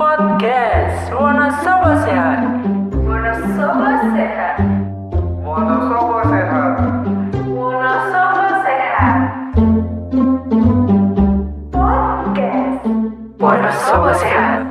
Podcast Wonosobo Sehat. Wonosobo Sehat. Wonosobo Sehat. Wonosobo Sehat. Podcast Wonosobo Sehat.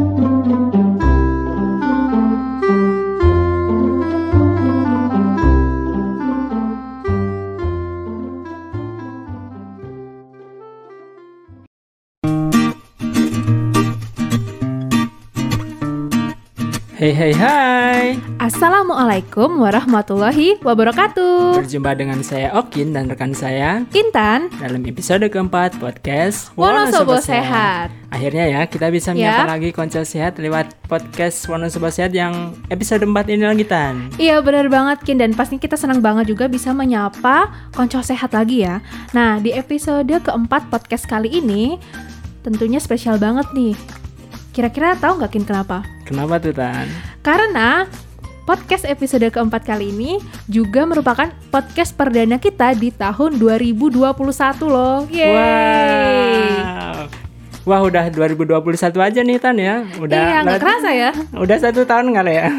Hai. Assalamualaikum warahmatullahi wabarakatuh. Berjumpa dengan saya Okin dan rekan saya Intan dalam episode keempat podcast Wonosobo Sehat. Akhirnya ya kita bisa menyapa lagi konco sehat lewat podcast Wonosobo Sehat yang episode 4 ini lagi Tan. Iya benar banget Kin, dan pasti kita senang banget juga bisa menyapa konco sehat lagi ya. Nah di episode keempat podcast kali ini tentunya spesial banget nih. Kira-kira tahu nggak Kin kenapa? Kenapa tuh Tan? Karena podcast episode keempat kali ini juga merupakan podcast perdana kita di tahun 2021 loh. Yeay. Wah udah 2021 aja nih Tan ya. Iya nggak kerasa ya. Udah 1 tahun kali ya.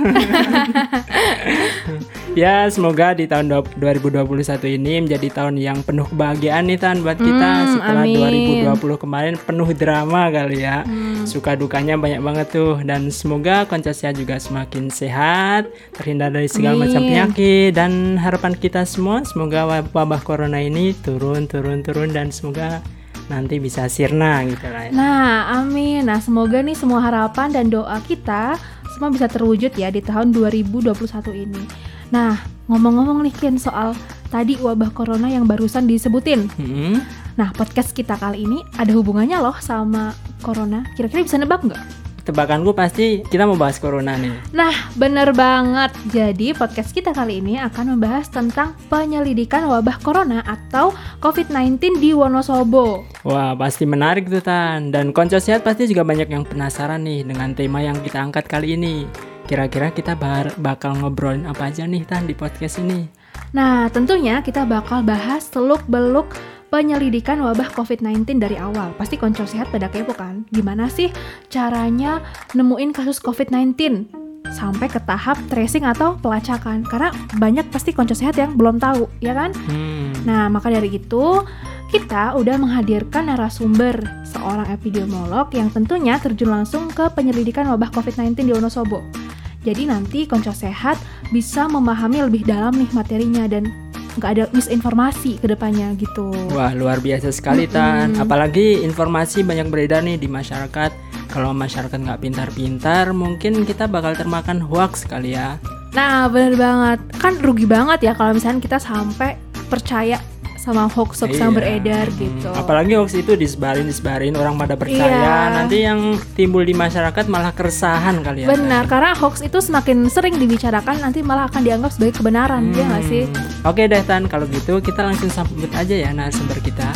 Ya semoga di tahun 2021 ini menjadi tahun yang penuh kebahagiaan nih Tan buat kita. Setelah amin. 2020 kemarin penuh drama kali ya. Suka dukanya banyak banget tuh. Dan semoga konco sehat juga semakin sehat, terhindar dari segala macam penyakit. Dan harapan kita semua semoga wabah corona ini turun dan semoga nanti bisa sirna gitu lah ya. Nah amin. Nah semoga nih semua harapan dan doa kita semua bisa terwujud ya di tahun 2021 ini. Nah ngomong-ngomong nih Ken soal tadi wabah corona yang barusan disebutin. Nah podcast kita kali ini ada hubungannya loh sama corona. Kira-kira bisa nebak nggak? Tebakanku pasti kita mau bahas corona nih. Nah bener banget. Jadi podcast kita kali ini akan membahas tentang penyelidikan wabah corona atau COVID-19 di Wonosobo. Wah pasti menarik tuh Tan. Dan konco sehat pasti juga banyak yang penasaran nih dengan tema yang kita angkat kali ini. Kira-kira kita bakal ngobrolin apa aja nih Tan di podcast ini? Nah tentunya kita bakal bahas seluk-beluk penyelidikan wabah COVID-19 dari awal. Pasti konco sehat pada kepo kan? Gimana sih caranya nemuin kasus COVID-19 sampai ke tahap tracing atau pelacakan? Karena banyak pasti konco sehat yang belum tahu, ya kan? Nah, maka dari itu kita udah menghadirkan narasumber seorang epidemiolog yang tentunya terjun langsung ke penyelidikan wabah COVID-19 di Wonosobo. Jadi nanti konco sehat bisa memahami lebih dalam nih materinya dan nggak ada misinformasi ke depannya gitu. Wah luar biasa sekali Tan. Apalagi informasi banyak beredar nih di masyarakat. Kalau masyarakat nggak pintar-pintar mungkin kita bakal termakan hoax kali ya. Nah benar banget. Kan rugi banget ya kalau misalnya kita sampai percaya sama hoax yang beredar gitu. Apalagi hoax itu disebarin orang pada percaya. Nanti yang timbul di masyarakat malah keresahan kali ya. Benar, karena hoax itu semakin sering dibicarakan nanti malah akan dianggap sebagai kebenaran, ya nggak sih? Oke deh Tan, kalau gitu kita langsung sambut aja ya narasumber kita.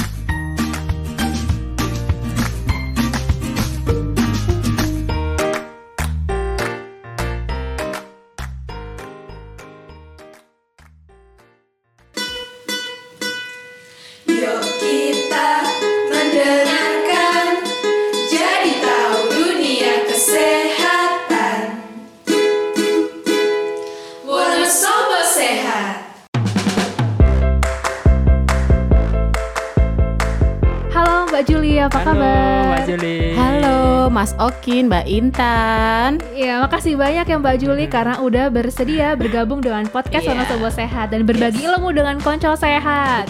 Apa kabar? Mbak Juli. Halo Mas Okin, Mbak Intan. Ya, makasih banyak ya Mbak Juli karena udah bersedia bergabung dengan podcast Wonosobo Sehat dan berbagi ilmu dengan konco sehat.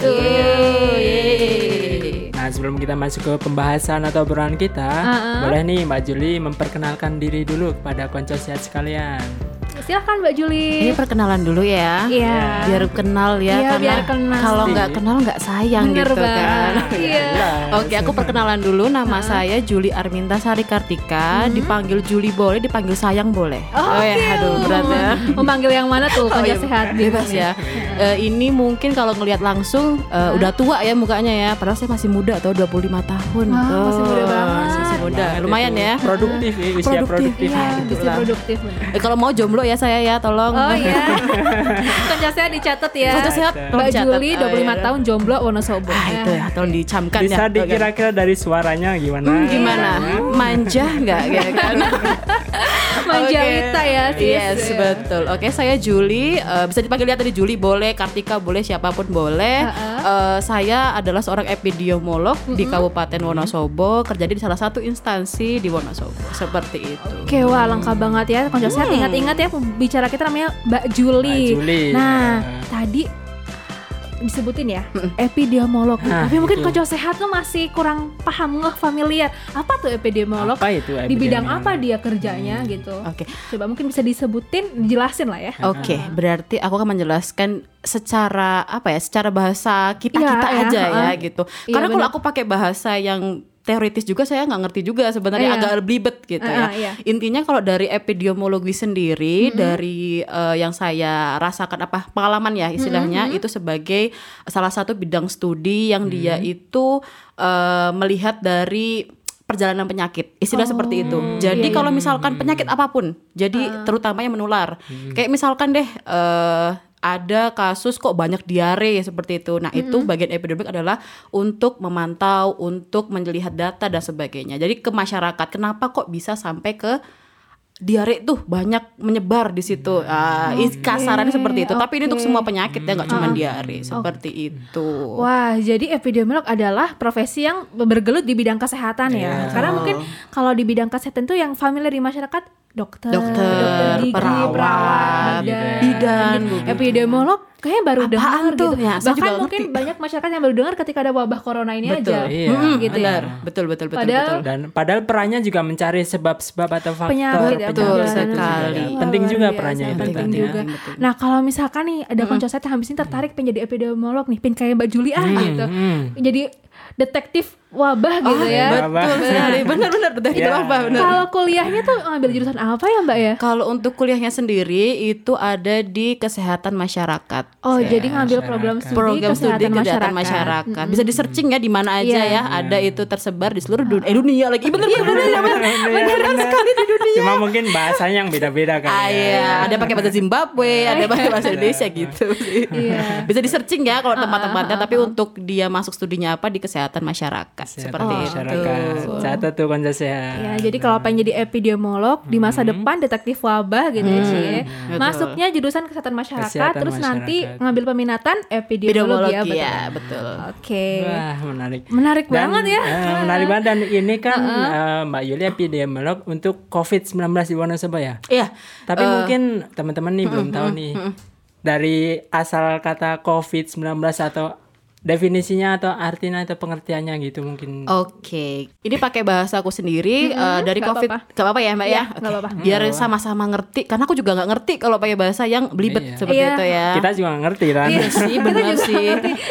Nah, sebelum kita masuk ke pembahasan atau obrolan kita, boleh nih Mbak Juli memperkenalkan diri dulu kepada konco sehat sekalian. Silakan Mbak Juli. Ini perkenalan dulu ya. Iya. Biar kenal ya. Iya, karena kalau nggak kenal nggak sayang. Bener gitu banget. kan. Iya. Oke, aku perkenalan dulu. Nama saya Juli Arminta Sari Kartika. Dipanggil Juli boleh, dipanggil sayang boleh. Ya, aduh berat ya. Memanggil yang mana tuh konco sehat? Bebas ya. Ini mungkin kalau ngelihat langsung udah tua ya mukanya ya. Padahal saya masih muda tuh 25 tahun. Masih muda banget. muda. banget Lumayan itu. ya. Produktif ya, usia produktif. Iya, bisa Itulah. produktif bener. Kalau mau jomblo ya saya ya, tolong. Oh iya. Konco sehat dicatat ya. Konco sehat, Mbak tolong dicatat. Juli Oh, 25 iya. tahun jomblo Wonosobo. Itu ya, tolong dicamkan ya. Bisa Oke. dikira-kira dari suaranya gimana? Gimana? Manja nggak ya kan? Manjalita ya, sis. Yes, betul. Oke, saya Juli. Bisa dipanggil lihat tadi Juli boleh, Kartika boleh, siapapun boleh. Saya adalah seorang epidemiolog di Kabupaten Wonosobo, kerja di salah satu instansi di Wonosobo. Seperti itu. Oke, wah lengkap banget ya. Konco sehat ingat-ingat ya pembicara kita namanya Mbak Juli. Mbak Juli. Nah, tadi disebutin ya epidemiolog. Tapi mungkin itu. Konco sehat tuh masih kurang paham familiar. Apa tuh epidemiolog? Apa itu Di bidang epidemiolog? apa dia kerjanya gitu. Oke. Coba mungkin bisa disebutin, dijelasin lah ya. Oke, berarti aku akan menjelaskan secara apa ya, secara bahasa kita Iya, ya, aja ya gitu. Iya, Karena kalau benar. aku pakai bahasa yang teoritis juga saya nggak ngerti juga sebenarnya, Iya. agak belibet gitu ya. Iya. Intinya kalau dari epidemiologi sendiri, dari yang saya rasakan pengalaman ya istilahnya, itu sebagai salah satu bidang studi yang dia itu melihat dari perjalanan penyakit, istilah seperti itu. Jadi kalau misalkan penyakit apapun, jadi terutama yang menular, kayak misalkan deh ada kasus kok banyak diare seperti itu. Nah, itu bagian epidemiolog adalah untuk memantau, untuk melihat data dan sebagainya. Jadi ke masyarakat, kenapa kok bisa sampai ke diare tuh banyak menyebar di situ. Kasarannya seperti itu. Tapi ini untuk semua penyakit ya, nggak cuma diare, seperti itu. Wah, jadi epidemiolog adalah profesi yang bergelut di bidang kesehatan ya. Karena mungkin kalau di bidang kesehatan tuh yang familiar di masyarakat dokter gigi, perawat, bidan, epidemiolog kayaknya baru dengar tuh? gitu. Ya, saya Bahkan juga mungkin ngerti. banyak masyarakat yang baru dengar ketika ada wabah corona ini aja. Iya. Gitu Benar, ya. betul. Padahal- Dan padahal perannya juga mencari sebab-sebab atau faktor Penyakit ya, Betul perjalanan sekali. juga. Penting Wah, juga luar perannya biasa, itu penting tadi ya. juga. Nah, kalau misalkan nih ada konco saya yang habis ini tertarik pengen jadi epidemiolog nih, pengen kayak Mbak Juli gitu. Jadi detektif wabah gitu ya. Betul sekali. Benar-benar detektif Ya. apa benar. Kalau kuliahnya tuh ngambil jurusan apa ya, Mbak ya? Kalau untuk kuliahnya sendiri itu ada di kesehatan masyarakat. Oh, jadi ngambil program studi Program kesehatan studi masyarakat. Bisa di searching ya di mana aja Iya. ya. Ada itu tersebar di seluruh dunia lagi. Benar sekali di dunia. Cuma mungkin bahasanya yang beda-beda kan. Iya, ada pakai bahasa Zimbabwe, ada pakai bahasa Indonesia gitu sih. Iya. Bisa di searching ya kalau tempat-tempatnya. Tapi untuk dia masuk studinya apa di kesehatan masyarakat seperti itu. Masyarakat. Catat tuh konco sehat. Ya, jadi kalau pengen jadi epidemiolog di masa depan detektif wabah gitu ya, Ci. betul. Masuknya jurusan kesehatan masyarakat, Kesehatan terus nanti masyarakat. ngambil peminatan epidemiologi ya, betul. ya, betul. Oke. Wah, menarik. Menarik banget ya. Menarik banget, dan ini kan Mbak Yuli epidemiolog untuk COVID-19 di Wonosobo ya. Iya. Tapi mungkin teman-teman nih belum tahu nih dari asal kata COVID-19 atau definisinya atau artinya atau pengertiannya gitu mungkin. Oke, ini pakai bahasa aku sendiri dari nggak COVID. apa-apa. Gak apa-apa ya Mbak Iya, ya? nggak apa-apa. Biar sama-sama ngerti, karena aku juga nggak ngerti kalau pakai bahasa yang belibet Iya. seperti Iya. itu ya. Kita juga nggak ngerti kan. Iya sih, benar sih.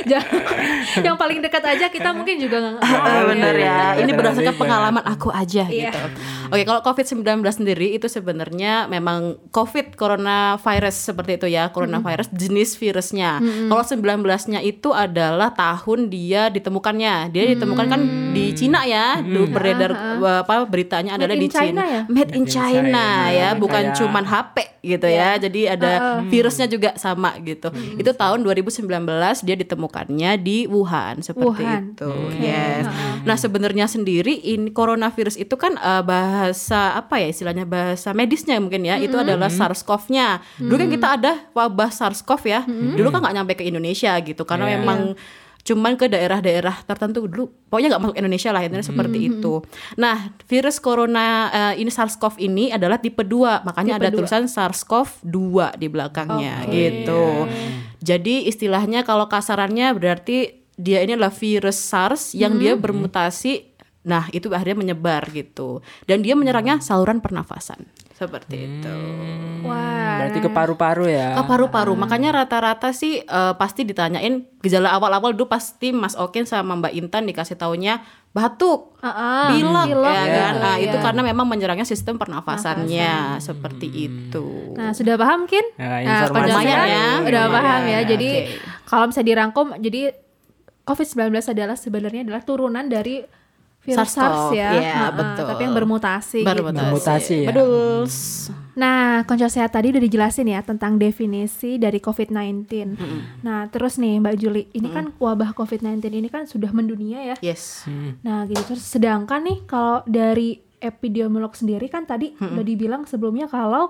Yang paling dekat aja kita mungkin juga nggak ngerti. Bener ya. Ini Bener berdasarkan juga. pengalaman aku aja Iya. gitu. Oke, kalau COVID-19 sendiri itu sebenarnya memang COVID coronavirus seperti itu ya, coronavirus jenis virusnya. Kalau 19-nya itu adalah tahun dia ditemukannya. Dia ditemukan kan di Cina ya. Dulu beredar beritanya adalah Made in di Cina. China ya? Made in China ya, bukan Kayak- cuman HP gitu ya. Jadi ada virusnya juga sama gitu. Itu tahun 2019 dia ditemukannya di Wuhan seperti Wuhan. itu. Yes. Nah, sebenarnya sendiri ini coronavirus itu kan bahasa apa ya istilahnya, bahasa medisnya mungkin ya. Itu adalah SARS-CoV-nya. Dulu kan kita ada wabah SARS-CoV ya. Dulu kan nggak nyampe ke Indonesia gitu karena Yeah. memang cuman ke daerah-daerah tertentu dulu, pokoknya nggak masuk Indonesia lah, intinya seperti itu. Nah, virus corona ini SARS-CoV ini adalah tipe 2, makanya Tipe ada 2. tulisan SARS-CoV-2 di belakangnya Oke. gitu. Jadi istilahnya kalau kasarannya berarti dia ini adalah virus SARS yang dia bermutasi. Nah, itu akhirnya menyebar gitu. Dan dia menyerangnya saluran pernafasan. Seperti itu. Wah. Berarti ke paru-paru ya. Ke paru-paru. Makanya rata-rata sih pasti ditanyain gejala awal-awal dulu pasti Mas Okin sama Mbak Intan dikasih taunya batuk, pilek ya kan. Nah, itu karena memang menyerangnya sistem pernafasannya seperti itu. Nah, sudah paham Kin? Nah, Nah, informasi lumayan ya. Udah Lumayan. paham ya. Jadi Oke. kalau bisa dirangkum, jadi COVID-19 adalah sebenarnya adalah turunan dari virus SARS ya. Iya, betul. Tapi yang bermutasi. Bermutasi ya. Betul. Nah, konco sehat tadi udah dijelasin ya tentang definisi dari COVID-19. Nah, terus nih Mbak Juli, ini kan wabah COVID-19 ini kan sudah mendunia ya. Yes. Nah, gitu. Terus sedangkan nih kalau dari epidemiolog sendiri kan tadi udah dibilang sebelumnya kalau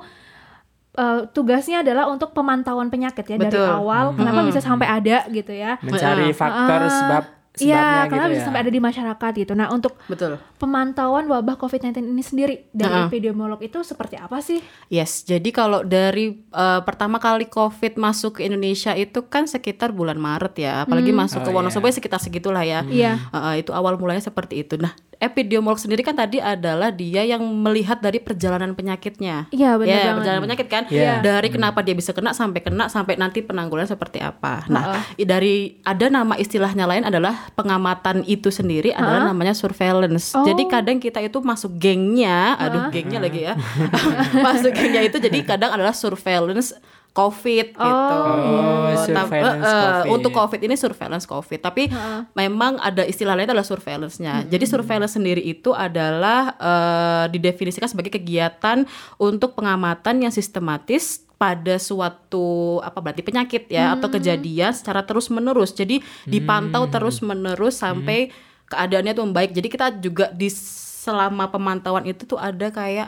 tugasnya adalah untuk pemantauan penyakit ya dari Betul. awal. Kenapa bisa sampai ada gitu ya? Mencari faktor sebabnya Iya, karena gitu bisa ya. sampai ada di masyarakat gitu. Nah, untuk Betul. pemantauan wabah COVID-19 ini sendiri dari epidemiolog itu seperti apa sih? Yes, jadi kalau dari pertama kali COVID masuk ke Indonesia itu kan sekitar bulan Maret ya, apalagi masuk ke Wonosobo ya sekitar segitulah ya. Iya. Itu awal mulanya seperti itu. Nah, epidemiolog sendiri kan tadi adalah dia yang melihat dari perjalanan penyakitnya. Iya, benar banget. Perjalanan penyakit kan. Iya. Dari kenapa dia bisa kena sampai nanti penanggulangan seperti apa. Nah, dari ada nama istilahnya lain adalah pengamatan itu sendiri adalah namanya surveillance. Jadi kadang kita itu masuk gengnya, gengnya lagi ya. Masuk gengnya itu jadi kadang adalah surveillance COVID gitu. Surveillance COVID. Untuk COVID ini surveillance COVID. Tapi memang ada istilah lain adalah surveillance-nya. Jadi surveillance sendiri itu adalah didefinisikan sebagai kegiatan untuk pengamatan yang sistematis pada suatu berarti penyakit ya atau kejadian secara terus-menerus. Jadi dipantau terus-menerus sampai keadaannya tuh membaik. Jadi kita juga selama pemantauan itu tuh ada kayak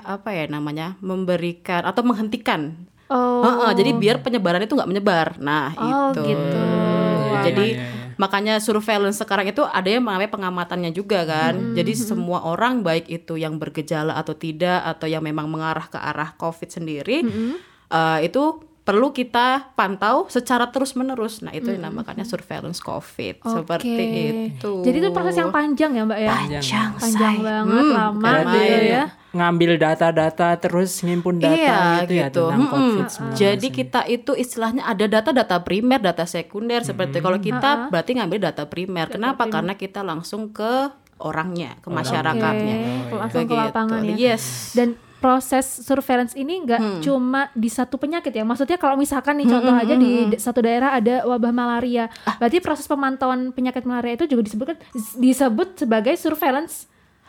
memberikan atau menghentikan. Jadi biar penyebaran itu nggak menyebar. Nah itu. Gitu. Jadi makanya surveillance sekarang itu ada yang namanya pengamatannya juga kan. Jadi semua orang baik itu yang bergejala atau tidak atau yang memang mengarah ke arah COVID sendiri itu perlu kita pantau secara terus-menerus. Nah itu yang namanya surveillance COVID. Seperti itu. Jadi itu proses yang panjang ya Mbak ya? Panjang banget, lama Berarti gitu ya. ngambil data-data terus ngimpun data gitu ya tentang COVID-19. Jadi kita itu istilahnya ada data primer, data sekunder seperti kalau kita berarti ngambil data primer. Kenapa? Karena kita langsung ke orangnya, ke masyarakatnya. Langsung ke lapangan ya. Yes. Dan proses surveillance ini nggak cuma di satu penyakit ya. Maksudnya kalau misalkan nih contoh aja di satu daerah ada wabah malaria. Berarti proses pemantauan penyakit malaria itu juga disebut sebagai surveillance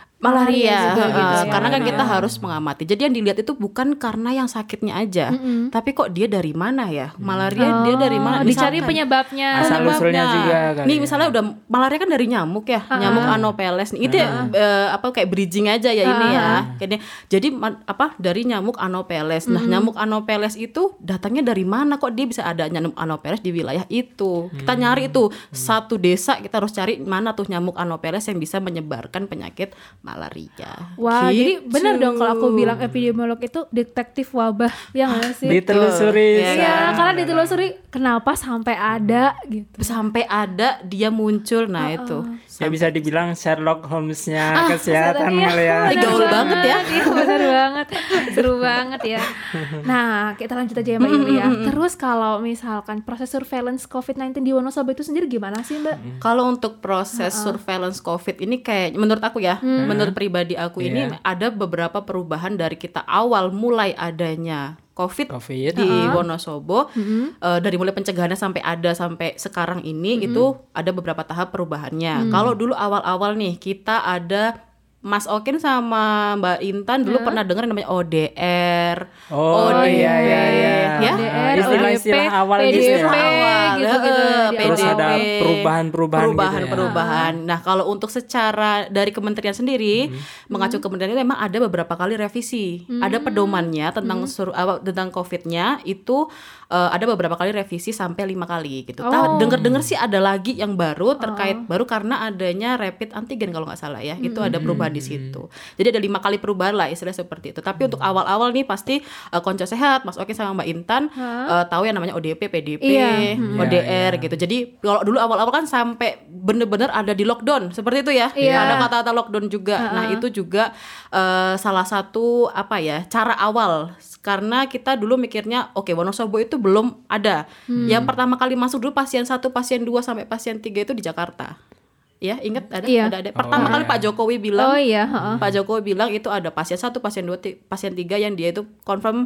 malaria juga gitu ya. Karena kan kita harus mengamati. Jadi yang dilihat itu bukan karena yang sakitnya aja, tapi kok dia dari mana ya? Malaria dia dari mana? Dicari Misalkan, penyebabnya. Asal-usulnya juga kali nih ya. misalnya udah malaria kan dari nyamuk ya, nyamuk Anopheles. Nih, itu kayak bridging aja ya ini ya. Jadi dari nyamuk Anopheles. Nah, nyamuk Anopheles itu datangnya dari mana kok dia bisa ada nyamuk Anopheles di wilayah itu? Kita nyari itu satu desa kita harus cari mana tuh nyamuk Anopheles yang bisa menyebarkan penyakit malaria. Wah, Gitu. jadi benar dong kalau aku bilang epidemiolog itu detektif wabah, ya nggak sih? Ditelusuri. Iya, karena ditelusuri kenapa sampai ada gitu. Sampai ada dia muncul, nah itu. Ya bisa dibilang Sherlock Holmes-nya kesehatan kali ya. Gaul banget ya. Iya, benar banget. Seru banget ya. Nah, kita lanjut aja ya Mbak Yuli ya. Terus kalau misalkan proses surveillance COVID-19 di Wonosobo itu sendiri gimana sih Mbak? Kalau untuk proses surveillance COVID ini kayak menurut aku ya, menurut pribadi aku ini ada beberapa perubahan dari kita awal mulai adanya COVID di Wonosobo, dari mulai pencegahannya sampai sekarang ini itu ada beberapa tahap perubahannya. Kalau dulu awal-awal nih kita ada Mas Okin sama Mbak Intan dulu pernah dengar yang namanya ODR. Iya. Ya? Istilah-istilah awal gitu ya. Terus ada perubahan. Nah, kalau untuk secara dari kementerian sendiri mengacu kementerian itu memang ada beberapa kali revisi. Ada pedomannya tentang COVID-nya itu ada beberapa kali revisi sampai 5 kali gitu. Dengar-dengar sih ada lagi yang baru terkait baru karena adanya rapid antigen kalau nggak salah ya. Itu ada perubahan di situ. Jadi ada 5 kali perubahan lah istilah seperti itu. Tapi untuk awal-awal nih pasti Konco Sehat, Mas Oki sama Mbak Intan tahu yang namanya ODP, PDP, ODR gitu. Jadi kalau dulu awal-awal kan sampai bener-bener ada di lockdown seperti itu ya. Ada kata-kata lockdown juga. Nah, itu juga salah satu cara awal karena kita dulu mikirnya Wonosobo itu belum ada. Yang pertama kali masuk dulu pasien 1, pasien 2 sampai pasien 3 itu di Jakarta. Ya, ingat ada. Pertama kali Pak Jokowi bilang Pak Jokowi bilang itu ada pasien 1, pasien 2, pasien 3 yang dia itu confirm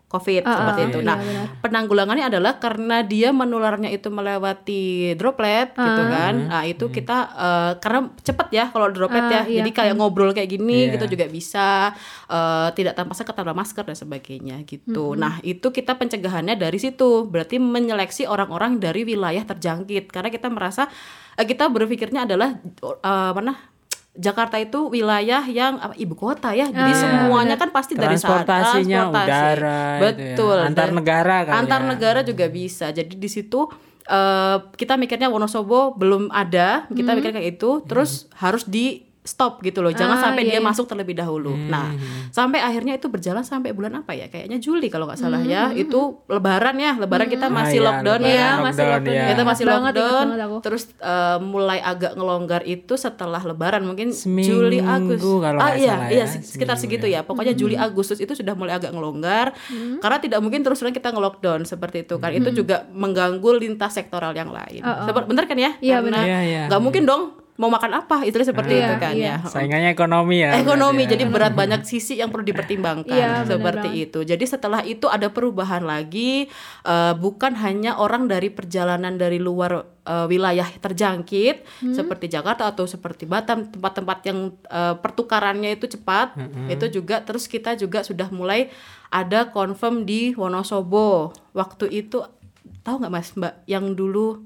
COVID seperti itu. Nah, benar. penanggulangannya adalah karena dia menularnya itu melewati droplet gitu kan. Nah, itu kita karena cepet ya kalau droplet ya. Jadi kayak ngobrol kayak gini gitu juga bisa, tidak tanpa masker dan sebagainya gitu. Nah, itu kita pencegahannya dari situ. Berarti menyeleksi orang-orang dari wilayah terjangkit. Karena kita merasa kita berpikirnya adalah Jakarta itu wilayah yang ibu kota ya, jadi semuanya kan pasti dari transportasinya udara, betul, ya. Antar negara kan. Antar negara juga bisa. Jadi di situ kita mikirnya Wonosobo belum ada, kita mikir kayak itu, terus harus di stop gitu loh, jangan sampai dia masuk terlebih dahulu. Nah, sampai akhirnya itu berjalan sampai bulan apa ya? Kayaknya Juli kalau nggak salah ya. Itu Lebaran kita masih lockdown ya. Kita masih lockdown. Terus mulai agak ngelonggar itu setelah Lebaran mungkin Juli Agustus. Sekitar segitu ya. Pokoknya Juli Agustus itu sudah mulai agak ngelonggar karena tidak mungkin terus-terusan kita ngelockdown seperti itu kan. Itu juga mengganggu lintas sektoral yang lain. Benar kan ya? Iya, karena nggak mungkin dong mau makan apa, itu seperti itu kan ya. Saingannya ekonomi ya. Jadi berat banyak sisi yang perlu dipertimbangkan seperti itu. Jadi setelah itu ada perubahan lagi, bukan hanya orang dari perjalanan dari luar wilayah terjangkit seperti Jakarta atau seperti Batam, tempat-tempat yang pertukarannya itu cepat, itu juga terus kita juga sudah mulai ada confirm di Wonosobo. Waktu itu tahu nggak Mas Mbak yang dulu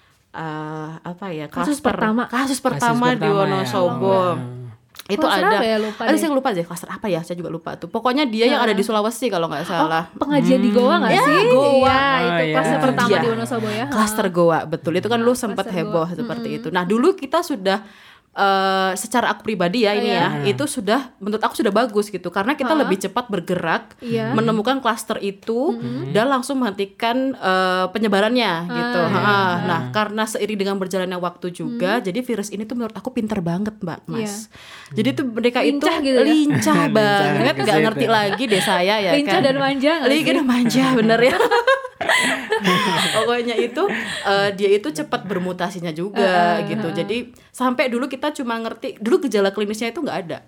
kasus pertama di Wonosobo itu ada saya lupa aja klaster apa ya, saya juga lupa tuh, pokoknya dia yang ada di Sulawesi kalau nggak salah. Pengajian di Goa nggak sih? Goa. Itu klaster pertama di Wonosobo ya. Klaster Goa, betul, itu kan lu sempat heboh seperti itu. Nah, dulu kita sudah secara aku pribadi ya itu sudah menurut aku sudah bagus gitu karena kita lebih cepat bergerak menemukan klaster itu dan langsung menghentikan penyebarannya gitu. Nah, karena seiring dengan berjalannya waktu juga jadi virus ini tuh menurut aku pinter banget Mas. Jadi tuh mereka lincah itu gitu ya? lincah banget, nggak ngerti lagi deh saya ya lincah kan. dan manja Lincah dan manja bener ya. Pokoknya itu dia itu cepat bermutasinya juga gitu. Jadi sampai dulu kita cuma ngerti dulu gejala klinisnya itu nggak ada.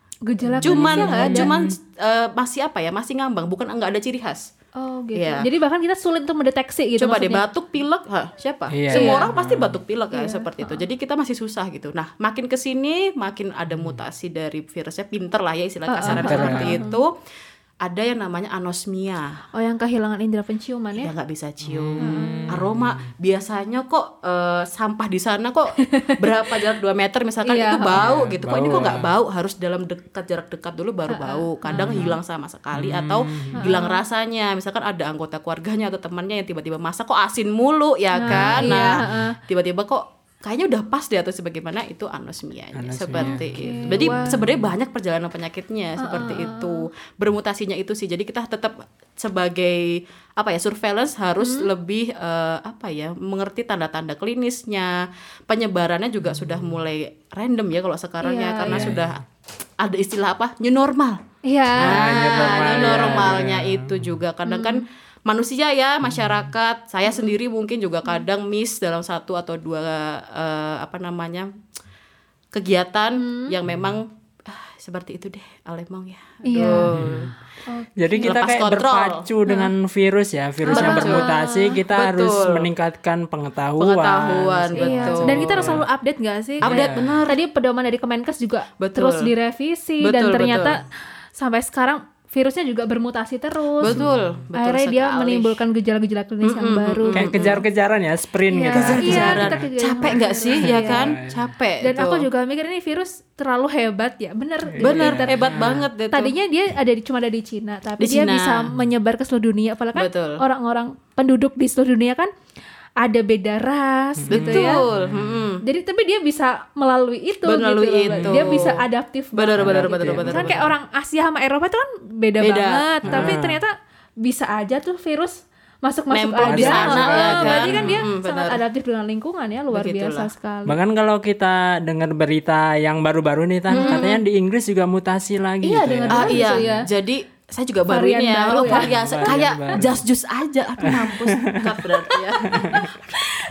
Cuman masih masih ngambang, bukan nggak ada ciri khas. Oh gitu. Jadi bahkan kita sulit untuk mendeteksi gitu. Coba deh maksudnya. batuk pilek, siapa? Semua orang pasti batuk pilek seperti itu. Jadi kita masih susah gitu. Nah, makin kesini makin ada mutasi dari virusnya, pinter lah ya istilah kasarnya seperti itu. Ada yang namanya anosmia. Oh, yang kehilangan indera penciuman ya? Ya nggak bisa cium aroma. Biasanya kok sampah di sana kok berapa jarak 2 meter misalkan itu bau gitu. Kok ini kok nggak bau? Harus dalam jarak dekat dulu baru bau. Kadang hilang sama sekali atau hilang rasanya. Misalkan ada anggota keluarganya atau temannya yang tiba-tiba masak kok asin mulu ya kan. Tiba-tiba kok kayaknya udah pas deh atau sebagaimana, itu anosmianya seperti itu. Jadi sebenarnya banyak perjalanan penyakitnya seperti itu. Bermutasinya itu sih. Jadi kita tetap sebagai surveillance harus lebih mengerti tanda-tanda klinisnya. Penyebarannya juga sudah mulai random ya kalau sekarang karena sudah ada istilah new normal. New normalnya itu juga kadang kan manusia ya, masyarakat, saya sendiri mungkin juga kadang miss dalam 1 atau 2 kegiatan yang memang seperti itu deh, Alemong ya. Jadi kita kayak berpacu dengan virus ya, virusnya bermutasi, kita harus meningkatkan pengetahuan. Betul. Dan kita harus selalu update nggak sih? Update benar. Tadi pedoman dari Kemenkes juga terus direvisi dan ternyata sampai sekarang virusnya juga bermutasi terus. Betul akhirnya dia menimbulkan gejala-gejala klinis yang baru. Kayak kejar-kejaran ya, sprint gitu. Capek nggak sih ya kan? Capek. Dan aku juga mikir ini virus terlalu hebat ya. Bener hebat banget deh. Tadinya dia cuma ada di Cina, tapi dia bisa menyebar ke seluruh dunia. Apalagi kan orang-orang penduduk di seluruh dunia kan ada beda ras gitu ya. Jadi tapi dia bisa melalui itu. Dia bisa adaptif. Benar. Kan kayak orang Asia sama Eropa itu kan beda banget. Tapi ternyata bisa aja tuh virus masuk aja di sana ya kan. Berarti kan dia sangat adaptif dengan lingkungan ya, luar biasa sekali. Bahkan kalau kita dengar berita yang baru-baru nih katanya di Inggris juga mutasi lagi. Jadi saya juga baru ini ya, kayak just aja, mampus berarti ya.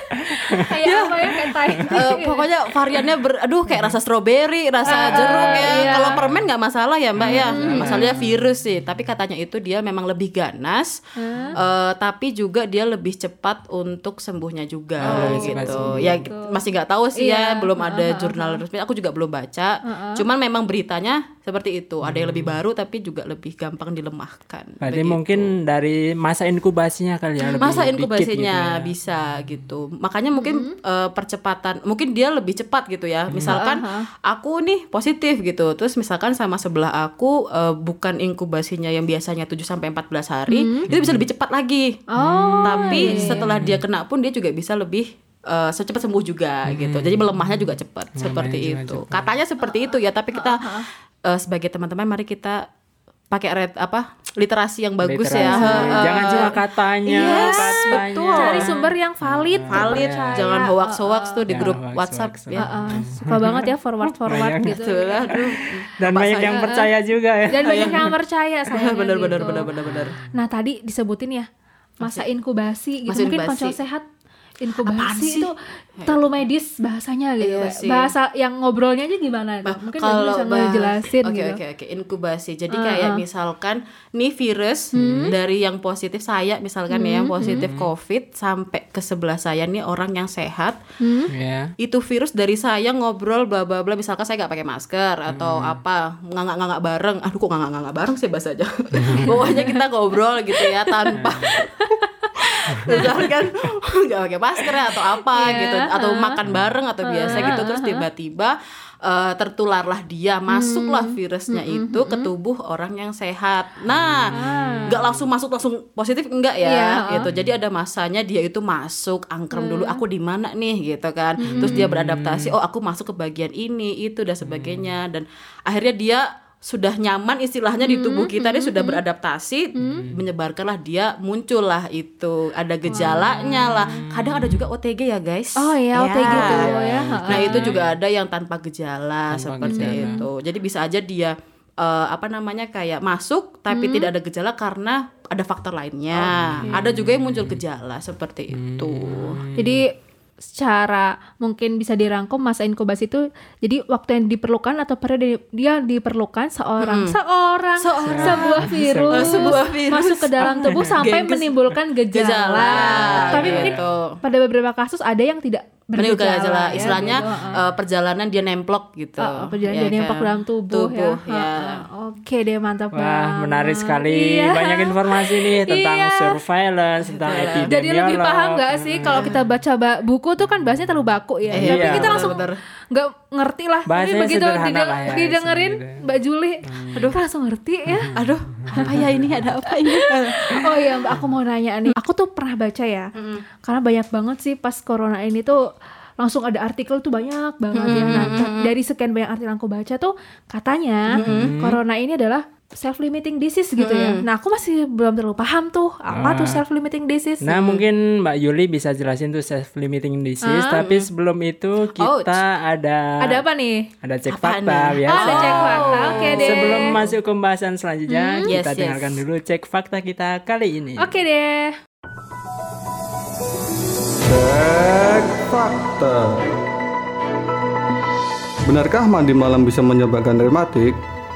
Kayak apa ya, kayak tai. Pokoknya variannya kayak rasa stroberi, rasa jeruk ya. Iya. Kalau permen nggak masalah ya Mbak ya. Masalahnya virus sih. Tapi katanya itu dia memang lebih ganas, tapi juga dia lebih cepat untuk sembuhnya juga gitu. Ya masih nggak tahu sih ya, belum ada jurnal resmi. Aku juga belum baca. Cuman memang beritanya seperti itu. Ada yang lebih baru tapi juga lebih gampang dilemahkan. Berarti begitu. mungkin dari masa inkubasinya kali ya, lebih Masa dikit inkubasinya gitu ya. bisa gitu. Makanya mungkin percepatan, mungkin dia lebih cepat gitu ya. Misalkan aku nih positif gitu. Terus misalkan sama sebelah aku bukan inkubasinya yang biasanya 7 sampai 14 hari, itu bisa lebih cepat lagi. Tapi setelah dia kena pun dia juga bisa lebih secepat sembuh juga gitu. Jadi melemahnya juga cepat seperti juga itu. cepat. Katanya seperti itu ya, tapi kita sebagai teman-teman mari kita pakai literasi yang bagus ya. Literasi. Jangan cuma katanya, katanya. betul. Cari sumber yang valid. Valid, terpercaya. jangan hoax tuh di Jangan grup hoax-hoax. WhatsApp ya. Suka banget ya forward Banyak. gitu. Aduh. Dan Bapak banyak saya- yang percaya juga ya. Dan banyak yang percaya sayangnya benar. gitu. Nah tadi disebutin ya masa inkubasi gitu. Masa Mungkin inkubasi. Ponsel Sehat Apaan inkubasi sih? itu terlalu medis bahasanya gitu. Iya Kayak sih. bahasa yang ngobrolnya aja gimana? Mungkin Mbak bisa ngejelasin gitu. Oke, inkubasi. Jadi kayak misalkan nih virus dari yang positif saya misalkan ya, yang positif COVID sampai ke sebelah saya nih orang yang sehat. Ya. Itu virus dari saya ngobrol bla bla bla, misalkan saya nggak pakai masker atau apa, ngangak bareng. Aduh kok ngangak bareng sih bahasanya. Pokoknya kita ngobrol gitu ya tanpa misalkan nggak pakai masker atau apa gitu, atau makan bareng atau biasa gitu, terus tiba-tiba tertularlah dia, masuklah virusnya itu ke tubuh orang yang sehat. Nah, nggak langsung positif enggak ya, gitu. Jadi ada masanya dia itu masuk, angkrem dulu, aku di mana nih, gitu kan. Terus dia beradaptasi, oh aku masuk ke bagian ini, itu dan sebagainya, dan akhirnya dia sudah nyaman istilahnya di tubuh kita, dia sudah beradaptasi, menyebarkanlah dia, muncullah itu, ada gejalanya lah. Kadang ada juga OTG ya guys. Oh iya, OTG tuh ya. Nah itu juga ada yang tanpa gejala seperti itu. Jadi bisa aja dia kayak masuk tapi tidak ada gejala karena ada faktor lainnya. Ada juga yang muncul gejala seperti itu. Jadi secara mungkin bisa dirangkum masa inkubasi itu jadi waktu yang diperlukan atau periode dia diperlukan sebuah virus masuk ke dalam tubuh sampai menimbulkan gejala. Tapi mungkin pada beberapa kasus ada yang tidak menimbulkan gejala, ya, istilahnya gitu. Perjalanan dia nemplok gitu. Perjalanan dia nemplok dalam tubuh ya. Oke deh, mantap banget. Wah, menarik sekali. Iya. Banyak informasi nih tentang Iya. surveillance, tentang epidemiolog. Jadi lebih paham gak sih kalau kita baca buku tuh kan bahasanya terlalu baku ya. Iya, Tapi kita langsung bener. nggak ngerti lah. Tapi Bahasanya begitu sederhana lah ya, didengerin sederhana. Mbak Juli, aduh langsung ngerti ya. Aduh, apa ya ini, ada apa ini? Oh iya Mbak, aku mau nanya nih. Aku tuh pernah baca ya. Karena banyak banget sih pas corona ini tuh langsung ada artikel tuh banyak banget ya. Nah, dari sekian banyak artikel yang aku baca tuh katanya corona ini adalah self-limiting disease gitu ya. Nah, aku masih belum terlalu paham tuh apa tuh self-limiting disease. Nah, mungkin Mbak Yuli bisa jelasin tuh self-limiting disease, tapi sebelum itu kita ada Ada apa nih? Ada cek Apaan fakta nih? biasa. Ada cek fakta. Oke deh. Sebelum masuk ke pembahasan selanjutnya, kita Yes. dengarkan dulu cek fakta kita kali ini. Oke deh. Cek fakta. Benarkah mandi malam bisa menyebabkan rematik?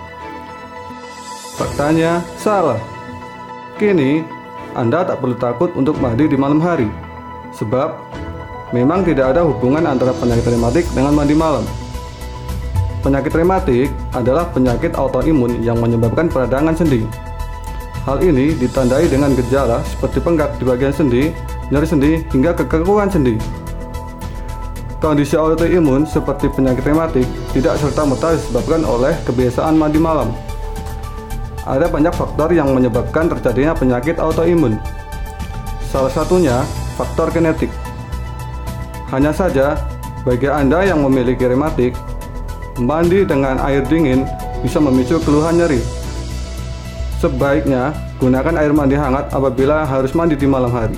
Faktanya salah. Kini, Anda tak perlu takut untuk mandi di malam hari. Sebab, memang tidak ada hubungan antara penyakit rematik dengan mandi malam. Penyakit rematik adalah penyakit autoimun yang menyebabkan peradangan sendi. Hal ini ditandai dengan gejala seperti bengkak di bagian sendi, nyeri sendi, hingga kekakuan sendi. Kondisi autoimun seperti penyakit rematik tidak serta-merta disebabkan oleh kebiasaan mandi malam. Ada banyak faktor yang menyebabkan terjadinya penyakit autoimun. Salah satunya faktor genetik. Hanya saja, bagi Anda yang memiliki rematik, mandi dengan air dingin bisa memicu keluhan nyeri. Sebaiknya gunakan air mandi hangat apabila harus mandi di malam hari.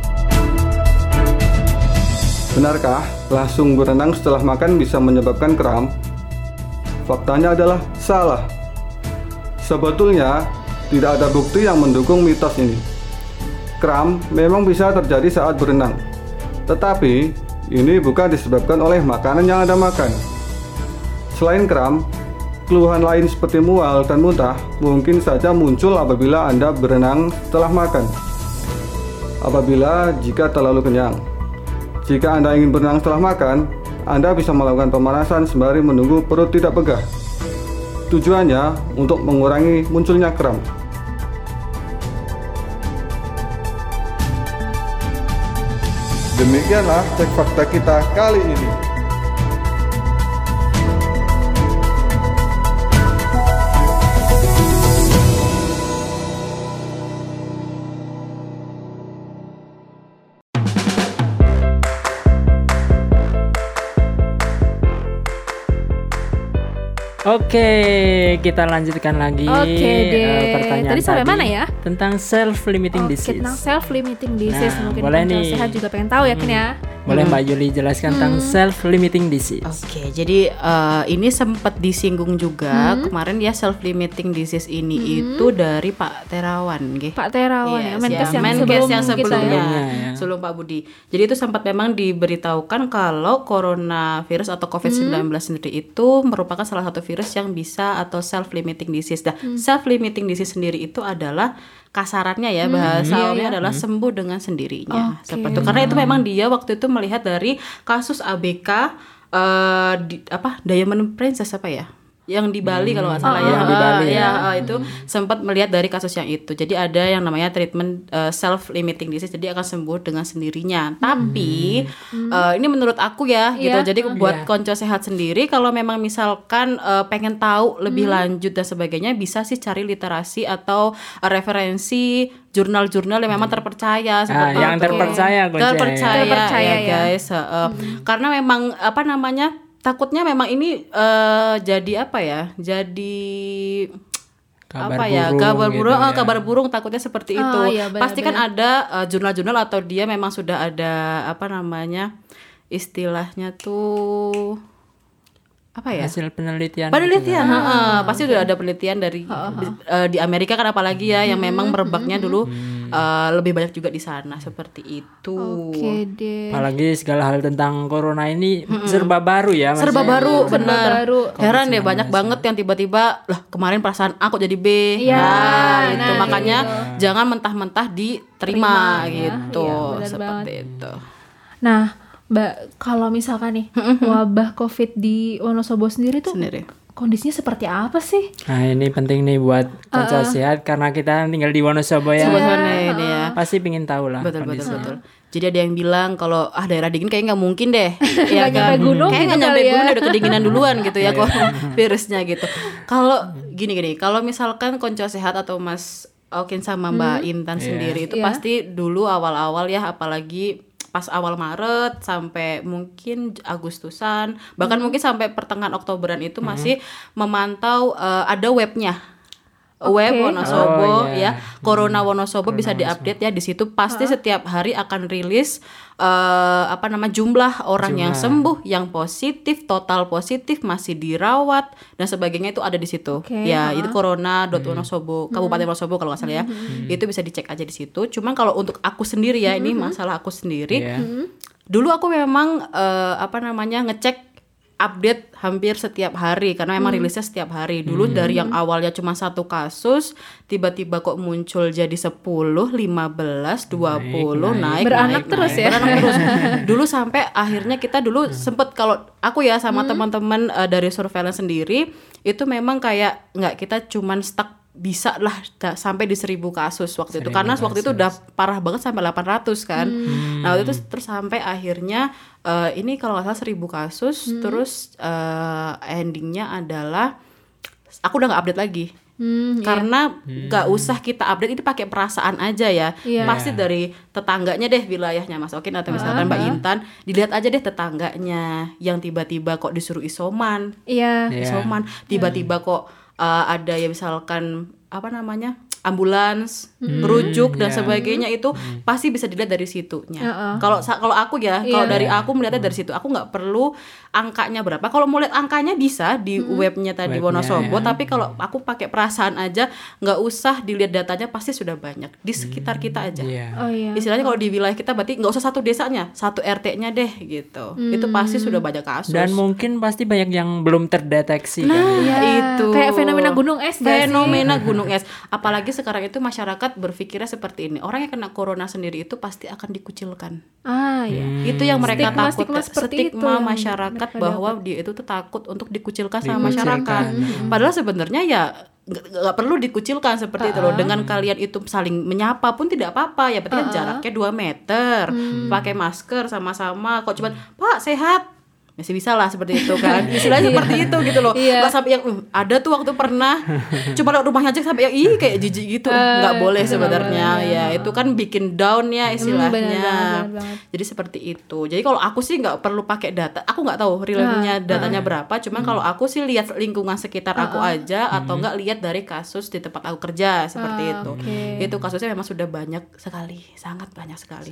Benarkah langsung berenang setelah makan bisa menyebabkan kram? Faktanya adalah salah. Sebetulnya tidak ada bukti yang mendukung mitos ini. Kram memang bisa terjadi saat berenang. Tetapi ini bukan disebabkan oleh makanan yang Anda makan. Selain kram, keluhan lain seperti mual dan muntah mungkin saja muncul apabila Anda berenang setelah makan. Apabila jika terlalu kenyang. Jika Anda ingin berenang setelah makan, Anda bisa melakukan pemanasan sembari menunggu perut tidak begah. Tujuannya untuk mengurangi munculnya kram. Demikianlah cek fakta kita kali ini. Oke, kita lanjutkan lagi Oke deh. pertanyaan Tadi sampai mana ya? Tentang self-limiting Oke, disease. tentang self-limiting disease. Nah, Mungkin boleh Konco nih. Sehat juga pengen tahu ya Kin ya. Boleh Mbak Yuli jelaskan tentang self-limiting disease? Oke, jadi ini sempat disinggung juga kemarin ya, self-limiting disease ini itu dari Pak Terawan, nggih. Pak Terawan Yes, ya, Menkes yang Menkes sebelum yang kita sebelumnya, ya. ya. sebelum Pak Budi. Jadi itu sempat memang diberitahukan kalau coronavirus atau COVID-19 sendiri itu merupakan salah satu virus yang bisa atau self-limiting disease. Nah, self-limiting disease sendiri itu adalah kasarannya ya, bahasa awamnya adalah sembuh dengan sendirinya. Oke. Seperti itu. Karena itu memang dia waktu itu melihat dari kasus ABK Diamond Princess apa ya? Yang di Bali kalau nggak salah ya. yang di Bali Itu sempat melihat dari kasus yang itu. Jadi ada yang namanya treatment self-limiting disease, jadi akan sembuh dengan sendirinya. Tapi ini menurut aku ya gitu. Iya. Jadi buat Konco Sehat sendiri, kalau memang misalkan pengen tahu lebih lanjut dan sebagainya, bisa sih cari literasi atau referensi jurnal-jurnal yang memang terpercaya seperti yang itu. terpercaya, Konco. Terpercaya ya. guys. Karena memang takutnya memang ini jadi apa ya? Jadi kabar burung, gitu ya. kabar burung, takutnya seperti itu. Iya, Pasti kan ada jurnal-jurnal atau dia memang sudah ada istilahnya tuh apa ya? Hasil penelitian. Pasti udah ada penelitian dari di Amerika kan, apalagi ya yang memang merebaknya dulu lebih banyak juga di sana seperti itu. Oke deh. Apalagi segala hal tentang corona ini serba baru ya. Mas, Serba ya. baru, benar. baru. Heran deh, banyak banget yang tiba-tiba lah kemarin perasaan A kok jadi B. Iya, Nah, itu nah, makanya jangan mentah-mentah diterima ya. gitu. Iya, benar Seperti banget. itu. Nah, Mbak, kalau misalkan nih wabah COVID di Wonosobo sendiri tuh kondisinya seperti apa sih? Nah, ini penting nih buat Konco Sehat karena kita tinggal di Wonosobo ya. Ini ya. Pasti pingin tahu lah. Betul. kondisinya. Jadi ada yang bilang kalau daerah dingin kayaknya nggak mungkin deh. Nggak nyampe gunung Kayaknya gitu nggak nyampe kali ya. gunung, udah kedinginan duluan gitu ya kok virusnya gitu. Kalau gini, kalau misalkan Konco Sehat atau Mas Okin sama Mbak Intan sendiri itu Iya. pasti dulu awal-awal ya, apalagi pas awal Maret sampai mungkin Agustusan, bahkan mungkin sampai pertengahan Oktoberan itu masih memantau ada webnya. Web Wonosobo ya, Corona Wonosobo bisa diupdate ya di situ. Pasti setiap hari akan rilis jumlah orang yang sembuh, yang positif, total positif, masih dirawat dan sebagainya, itu ada di situ. Ya, itu corona.wonosobo, Kabupaten Wonosobo kalau nggak salah ya. Itu bisa dicek aja di situ. Cuman kalau untuk aku sendiri ya, ini masalah aku sendiri. Dulu aku memang ngecek update hampir setiap hari karena memang rilisnya setiap hari. Dulu dari yang awalnya cuma 1 kasus, tiba-tiba kok muncul jadi 10, 15, 20, naik Beranak terus ya. Beranak terus. Dulu sampai akhirnya kita dulu sempet, kalau aku ya sama teman-teman dari surveillance sendiri, itu memang kayak kita cuman stuck bisa lah sampai di 1.000 kasus waktu itu, karena waktu itu udah parah banget sampai 800 kan. Nah waktu itu terus sampai akhirnya ini kalau nggak salah 1.000 kasus, terus endingnya adalah aku udah nggak update lagi. Karena nggak usah kita update, itu pakai perasaan aja ya. Pasti dari tetangganya deh, wilayahnya Mas Okin atau misalkan Mbak Intan, dilihat aja deh tetangganya yang tiba-tiba kok disuruh isoman, tiba-tiba kok ada ya misalkan ambulans, rujuk dan sebagainya itu pasti bisa dilihat dari situnya. Kalau aku ya, kalau dari aku melihatnya dari situ, aku nggak perlu angkanya berapa. Kalau mau lihat angkanya bisa di webnya tadi Wonosobo, tapi kalau aku pakai perasaan aja, nggak usah dilihat datanya, pasti sudah banyak di sekitar kita aja. Istilahnya kalau di wilayah kita berarti nggak usah satu desanya, satu RT-nya deh gitu. Itu pasti sudah banyak kasus. Dan mungkin pasti banyak yang belum terdeteksi. Itu kayak fenomena gunung es. Gunung es. Apalagi sekarang itu masyarakat berpikirnya seperti ini. Orang yang kena corona sendiri itu pasti akan dikucilkan. Itu yang mereka takut. Stigma masyarakat bahwa dia itu tuh takut untuk dikucilkan sama masyarakat. Padahal sebenarnya ya nggak perlu dikucilkan seperti itu loh. Dengan kalian itu saling menyapa pun tidak apa-apa. Ya berarti kan jaraknya 2 meter, pakai masker sama-sama. Kok cuma Pak sehat, masih bisa lah seperti itu kan. Istilahnya seperti itu gitu loh. Nggak sampai yang ada tuh waktu pernah cuma lewat rumahnya aja sampai yang kayak jijik gitu. Nggak boleh sebenarnya. Ya itu kan bikin down ya istilahnya. Jadi seperti itu. Jadi kalau aku sih nggak perlu pakai data. Aku nggak tahu realnya datanya berapa. Cuman kalau aku sih lihat lingkungan sekitar aku aja, atau nggak lihat dari kasus di tempat aku kerja seperti itu. Itu kasusnya memang sudah banyak sekali, sangat banyak sekali.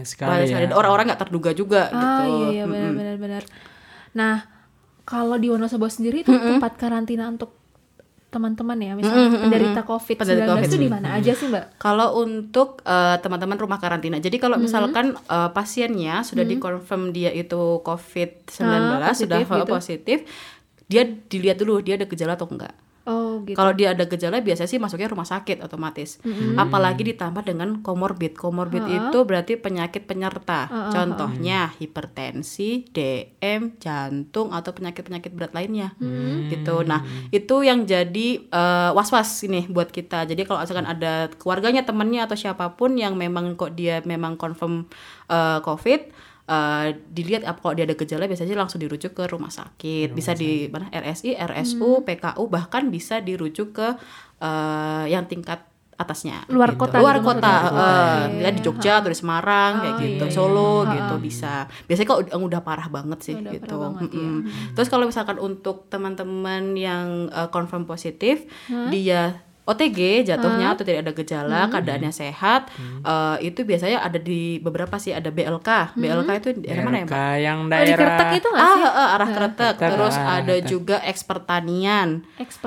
Dan orang-orang nggak terduga juga gitu. Iya benar. Nah, kalau di Wonosobo sendiri itu tempat karantina untuk teman-teman ya, misalnya penderita COVID-19 itu di mana aja sih, Mbak? Kalau untuk teman-teman rumah karantina. Jadi kalau misalkan pasiennya sudah dikonfirm dia itu COVID-19, sudah positif, dia dilihat dulu dia ada gejala atau enggak. Gitu. Kalau dia ada gejala biasanya sih masuknya rumah sakit otomatis. Apalagi ditambah dengan komorbid. Komorbid itu berarti penyakit penyerta. Contohnya hipertensi, DM, jantung atau penyakit-penyakit berat lainnya. Gitu. Nah, itu yang jadi was-was ini buat kita. Jadi kalau misalkan ada keluarganya, temannya atau siapapun yang memang kok dia memang confirm COVID, dilihat kalau dia ada gejala biasanya langsung dirujuk ke rumah sakit, bisa di mana RSI, RSU, PKU, bahkan bisa dirujuk ke yang tingkat atasnya luar gitu. kota Ya di Jogja atau di Semarang kayak gitu, Solo gitu bisa. Biasanya kalau udah parah banget sih gitu. Terus kalau misalkan untuk teman-teman yang confirm positif, dia OTG jatuhnya atau tidak ada gejala, keadaannya sehat, itu biasanya ada di beberapa sih, ada BLK. BLK itu daerah mana ya, Mbak? Yang daerah di Kretek itu nggak sih? Arah Kretek. Terus ada juga Ekspertanian.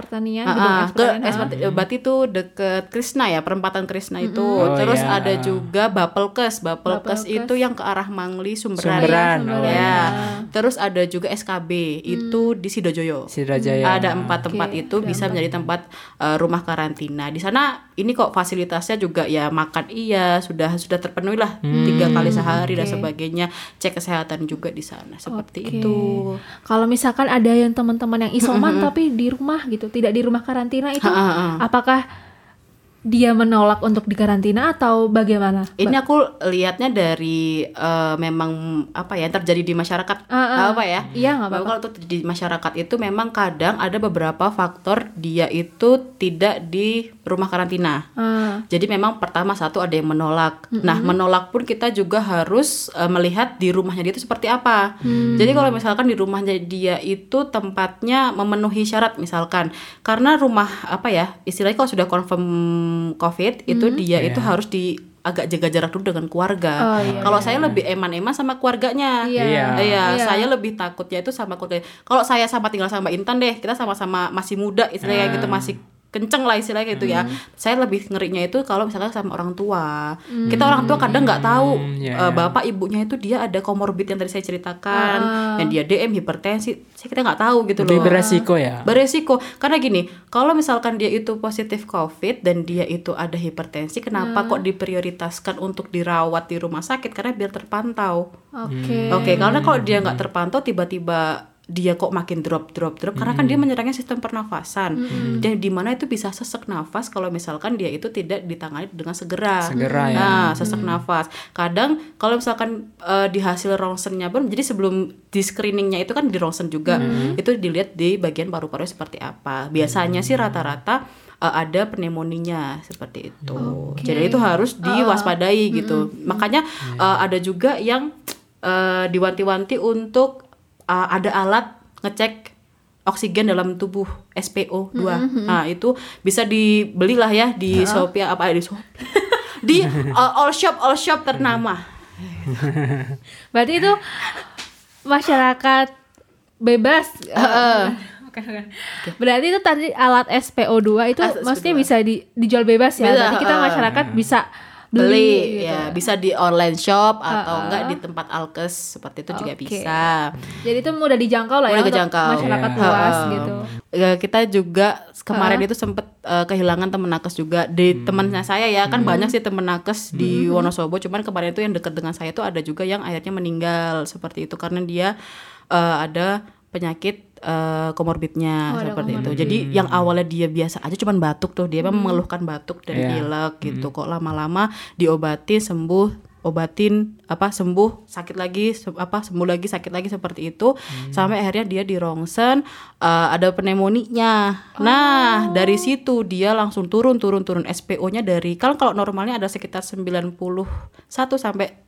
Berarti itu deket Krisna ya, perempatan Krisna itu. Terus ada juga Bapelkes. Bapelkes itu yang ke arah Mangli, Sumberan. Ya. Terus ada juga SKB, itu di Sidojoyo. Ada 4 tempat itu bisa menjadi tempat rumah karantina. Di sana ini kok fasilitasnya juga ya makan sudah terpenuhi lah 3 kali sehari dan sebagainya, cek kesehatan juga di sana seperti itu. Kalau misalkan ada yang teman-teman yang isoman tapi di rumah gitu, tidak di rumah karantina itu, apakah dia menolak untuk dikarantina atau bagaimana? Ini aku lihatnya dari memang apa ya terjadi di masyarakat apa ya? Iya nggak apa-apa. Kalau di masyarakat itu memang kadang ada beberapa faktor dia itu tidak di rumah karantina. Jadi memang pertama satu ada yang menolak. Nah menolak pun kita juga harus melihat di rumahnya dia itu seperti apa. Jadi kalau misalkan di rumahnya dia itu tempatnya memenuhi syarat misalkan, karena rumah apa ya istilahnya kalau sudah confirm COVID itu dia itu harus agak jaga jarak dulu dengan keluarga. Kalau saya lebih eman-eman sama keluarganya. Saya lebih takutnya itu sama keluarga. Kalau saya sama tinggal sama Intan deh, kita sama-sama masih muda istilahnya gitu, masih kenceng lah istilahnya gitu ya. Saya lebih ngerinya itu kalau misalkan sama orang tua. Kita orang tua kadang nggak tahu bapak ibunya itu dia ada komorbid yang tadi saya ceritakan, yang dia DM, hipertensi. Kita nggak tahu gitu loh. Lebih beresiko ya. Beresiko karena gini, kalau misalkan dia itu positif COVID dan dia itu ada hipertensi, kenapa kok diprioritaskan untuk dirawat di rumah sakit? Karena biar terpantau. Oke, karena kalau dia nggak terpantau tiba-tiba dia kok makin drop karena kan dia menyerangnya sistem pernafasan dan di mana itu bisa sesek nafas kalau misalkan dia itu tidak ditangani dengan segera ya. Sesek nafas. Kadang kalau misalkan di hasil ronsennya pun, jadi sebelum di screeningnya itu kan di ronsen juga itu dilihat di bagian paru-paru seperti apa. Biasanya sih rata-rata ada pneumonia seperti itu. Jadi itu harus diwaspadai gitu. Makanya ada juga yang diwanti-wanti untuk ada alat ngecek oksigen dalam tubuh SPO2. Nah, itu bisa dibeli lah ya di Shopee di Shopee. Di all shop ternama. Berarti itu masyarakat bebas. Oke. Berarti itu tadi alat SPO2 itu maksudnya bisa dijual bebas ya. Berarti kita masyarakat bisa beli gitu. Ya, bisa di online shop atau enggak di tempat alkes seperti itu juga bisa. Jadi itu mudah dijangkau lah ya untuk masyarakat luas gitu. Kita juga kemarin itu sempat kehilangan teman nakes juga di temannya saya ya, kan banyak sih teman nakes di Wonosobo, cuman kemarin itu yang dekat dengan saya tuh ada juga yang akhirnya meninggal seperti itu karena dia ada penyakit komorbidnya seperti itu. Jadi yang awalnya dia biasa aja cuman batuk tuh, dia memang mengeluhkan batuk dan pilek gitu. Kok lama-lama diobati sembuh, sembuh sakit lagi, sembuh lagi sakit lagi seperti itu sampai akhirnya dia di rongsen ada pneumonia. Nah, dari situ dia langsung turun SPO-nya dari kalau normalnya ada sekitar 91 sampai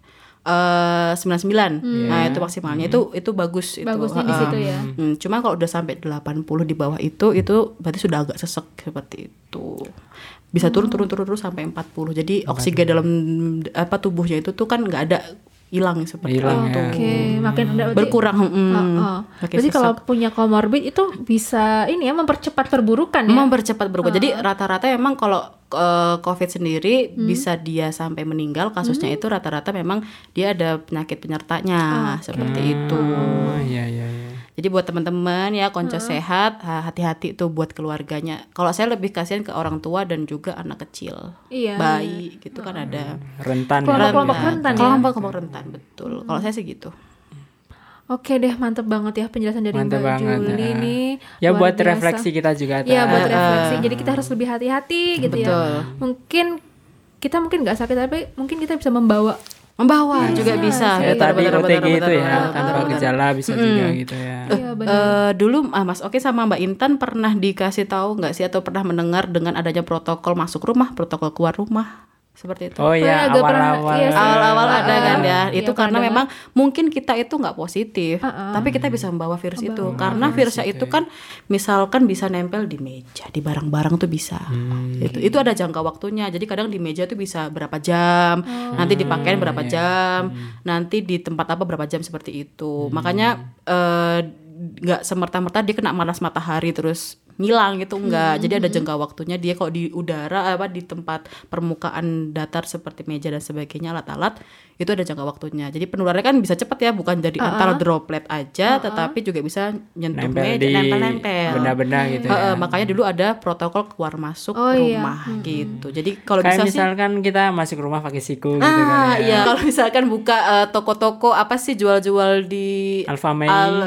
99. Nah, itu maksimalnya itu bagus itu. Bagusnya di situ ya. Cuma kalau udah sampai 80 di bawah itu berarti sudah agak sesek seperti itu. Bisa turun terus sampai 40. Jadi oksigen dalam tubuhnya itu tuh kan enggak ada hilang seperti itu. Oke, makin berkurang. Berarti kalau punya komorbid itu bisa mempercepat perburukan ya. Mempercepat perburukan. Jadi rata-rata memang kalau COVID sendiri bisa dia sampai meninggal kasusnya itu rata-rata memang dia ada penyakit penyertanya seperti itu. Iya. Jadi buat teman-teman ya konco sehat, hati-hati tuh buat keluarganya. Kalau saya lebih kasihan ke orang tua dan juga anak kecil, bayi gitu kan ada rentan. Kelompok rentan ya. Kelompok rentan betul. Kalau saya sih gitu. Oke deh, mantep banget ya penjelasan dari Mbak Juli nih. Ya buat refleksi kita juga. Iya buat refleksi. Jadi kita harus lebih hati-hati gitu betul. Ya. Mungkin kita nggak sakit tapi mungkin kita bisa membawa juga bisa. Ya tadi OTG itu ya tanpa gejala bisa juga gitu ya. Dulu Mas Oki sama Mbak Intan pernah dikasih tahu nggak sih atau pernah mendengar dengan adanya protokol masuk rumah, protokol keluar rumah? Seperti itu. Oh iya, awal-awal ada kan ya. Itu karena memang mungkin kita itu nggak positif, tapi kita bisa membawa virus itu. Karena virusnya itu kan misalkan bisa nempel di meja, di barang-barang tuh bisa. Itu ada jangka waktunya. Jadi kadang di meja tuh bisa berapa jam, nanti di pakaian berapa jam, nanti di tempat apa berapa jam seperti itu. Makanya nggak semerta-merta dia kena panas matahari terus ngilang gitu, enggak. Jadi ada jangka waktunya dia kalau di udara di tempat permukaan datar seperti meja dan sebagainya, alat-alat itu ada jangka waktunya. Jadi penularannya kan bisa cepat ya, bukan dari antara droplet aja tetapi juga bisa nyentuh meja, nempel-nempel benda-benda gitu ya. Makanya dulu ada protokol keluar masuk rumah gitu. Jadi kalau bisa misalkan kita masuk rumah pakai siku gitu kan. Iya, kalau misalkan buka toko-toko apa sih jual-jual di Alfamei.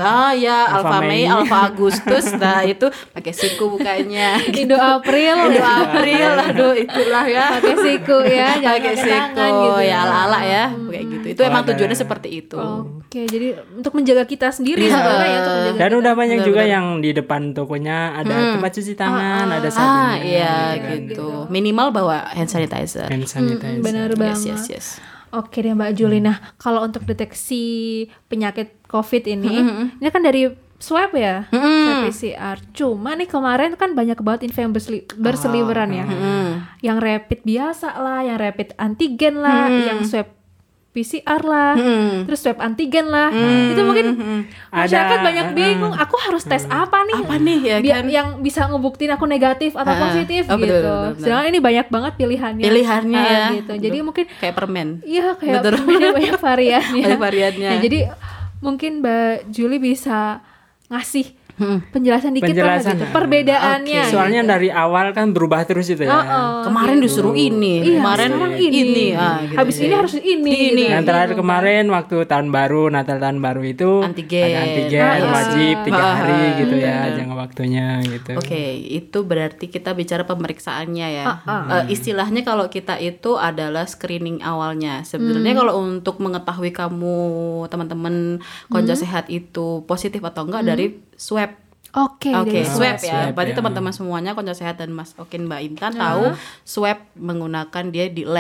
Alfamei, Alfa Agustus. Nah, itu pakai siku bukanya. Indo April, aduh itulah ya. Pakai siku ya, pakai siku gitu ya, ala-ala ya, kayak gitu. Itu emang tujuannya seperti itu. Oke, jadi untuk menjaga kita sendiri sebenarnya ya, untuk menjaga. Dan udah banyak juga yang di depan tokonya ada tempat cuci tangan, ada sabunnya. Iya gitu. Minimal bawa hand sanitizer. Benar banget. Yes. Oke deh Mbak Juli. Nah, kalau untuk deteksi penyakit COVID ini kan dari swab ya, swab PCR. Cuma nih kemarin kan banyak banget info yang berseliweran ya. Yang rapid biasa lah, yang rapid antigen lah, yang swab PCR lah, terus swab antigen lah. Itu mungkin masyarakat banyak bingung. Aku harus tes apa nih? Apa nih ya kan? Yang bisa ngebuktiin aku negatif atau positif gitu. Betul. Sedangkan ini banyak banget pilihannya ya. Gitu. Jadi mungkin kayak permen. Iya, kayak permen banyak variannya. Variannya. Nah, jadi mungkin Mbak Juli bisa ngasih penjelasan dikit lah gitu, perbedaannya. Soalnya dari awal kan berubah terus itu ya. Kemarin disuruh ini, kemarin ini. Gitu. Habis ini harus ini. Gitu. Yang terakhir kemarin waktu tahun baru, Natal tahun baru itu antigen, ada antigen wajib 3 hari gitu ya jangka waktunya gitu. Oke, itu berarti kita bicara pemeriksaannya ya. Istilahnya kalau kita itu adalah screening awalnya. Sebenarnya kalau untuk mengetahui kamu teman-teman konco sehat itu positif atau enggak dari swab. Oke, swab ya. Berarti teman-teman semuanya konco sehat dan Mas Okin Mbak Intan tahu swab menggunakan dia di lab.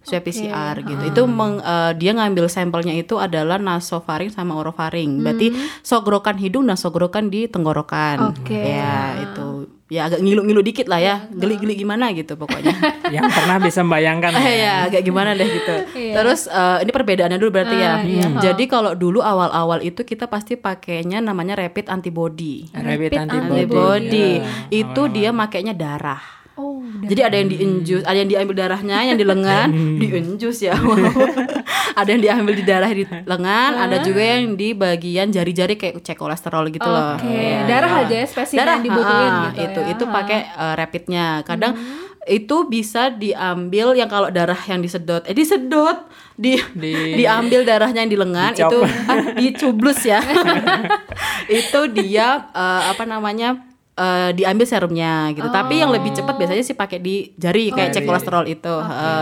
swab PCR gitu. Itu dia ngambil sampelnya itu adalah nasofaring sama orofaring. Berarti sogrokan hidung dan sogrokan di tenggorokan. Ya, itu. Ya agak ngilu-ngilu dikit lah ya. Geli-geli gimana gitu pokoknya. Yang pernah bisa membayangkan. Ya, agak gimana deh gitu. Terus ini perbedaannya dulu berarti ya. Jadi kalau dulu awal-awal itu kita pasti pakainya namanya rapid antibody. Rapid antibody. Itu dia makainya darah. Jadi ada yang diinjus, ada yang diambil darahnya, yang di lengan diinjus ya. Ada yang diambil di darah di lengan, ada juga yang di bagian jari-jari kayak cek kolesterol gitu loh. Darah aja spesifik yang dibutuhin gitu. Itu pakai rapidnya. Kadang itu bisa diambil yang kalau darah yang diambil darahnya yang di lengan itu dicublus ya. Itu dia diambil serumnya gitu. Tapi yang lebih cepat biasanya sih pakai di jari kayak cek kolesterol itu.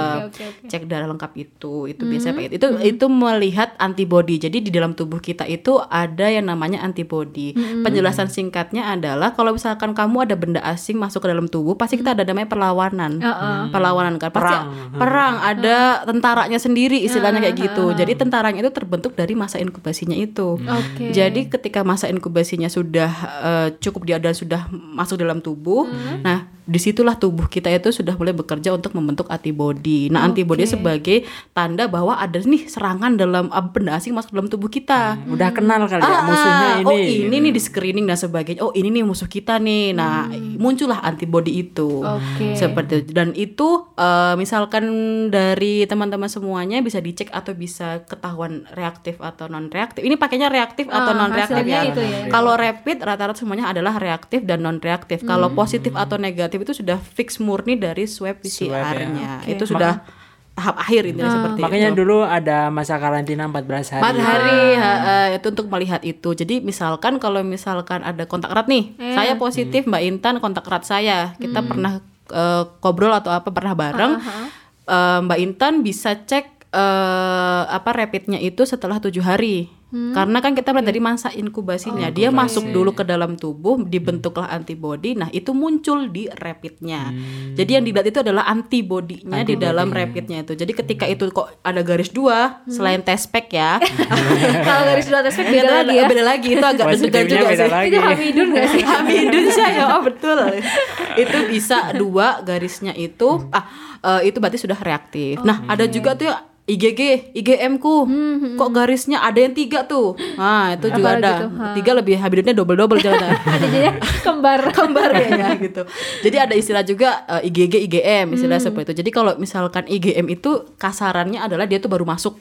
Cek darah lengkap itu biasanya pakai itu melihat antibody. Jadi di dalam tubuh kita itu ada yang namanya antibody. Penjelasan singkatnya adalah kalau misalkan kamu ada benda asing masuk ke dalam tubuh, pasti kita ada namanya perlawanan. Perlawanan kan pasti perang, ada tentaranya sendiri istilahnya kayak gitu. Jadi tentaranya itu terbentuk dari masa inkubasinya itu. Jadi ketika masa inkubasinya sudah cukup dia dan sudah masuk dalam tubuh, nah disitulah tubuh kita itu sudah mulai bekerja untuk membentuk antibody. Nah antibody sebagai tanda bahwa ada nih serangan dalam benda asing masuk dalam tubuh kita. Udah kenal kali ya musuhnya ini. Oh ini nih di screening dan sebagainya. Oh ini nih musuh kita nih. Nah muncullah antibody itu. Seperti itu. Dan itu misalkan dari teman-teman semuanya bisa dicek atau bisa ketahuan reaktif atau non reaktif. Ini pakainya reaktif atau non reaktif ya. Kalau rapid rata-rata semuanya adalah reaktif dan non reaktif. Kalau positif atau negatif itu sudah fix murni dari swab PCR-nya. Itu sudah tahap akhir intinya seperti makanya itu. dulu ada masa karantina 14 hari. 4 hari itu untuk melihat itu. Jadi misalkan kalau misalkan ada kontak erat nih, saya positif, Mbak Intan kontak erat saya. Kita pernah ngobrol atau pernah bareng. Mbak Intan bisa cek rapidnya itu setelah 7 hari. Karena kan kita melihat dari masa inkubasinya, dia masuk dulu ke dalam tubuh, dibentuklah antibody. Nah itu muncul di rapidnya. Jadi yang dilihat itu adalah antibody-nya di dalam rapidnya itu. Jadi ketika itu kok ada garis 2 selain test pack ya. Kalau garis 2 test pack beda lagi ya. Beda lagi itu agak deg-degan juga sih. Itu Hamidun nggak sih? Hamidun saya, betul. Itu bisa 2 garisnya itu. Itu berarti sudah reaktif. Nah ada juga tuh IgG, IgM ku, kok garisnya ada yang 3 tuh. Nah itu juga ada. 3 lebih Habibnya double jangan. Ada jadi kembar kayaknya gitu. Jadi ada istilah juga IgG, IgM, istilah seperti itu. Jadi kalau misalkan IgM itu kasarannya adalah dia tuh baru masuk.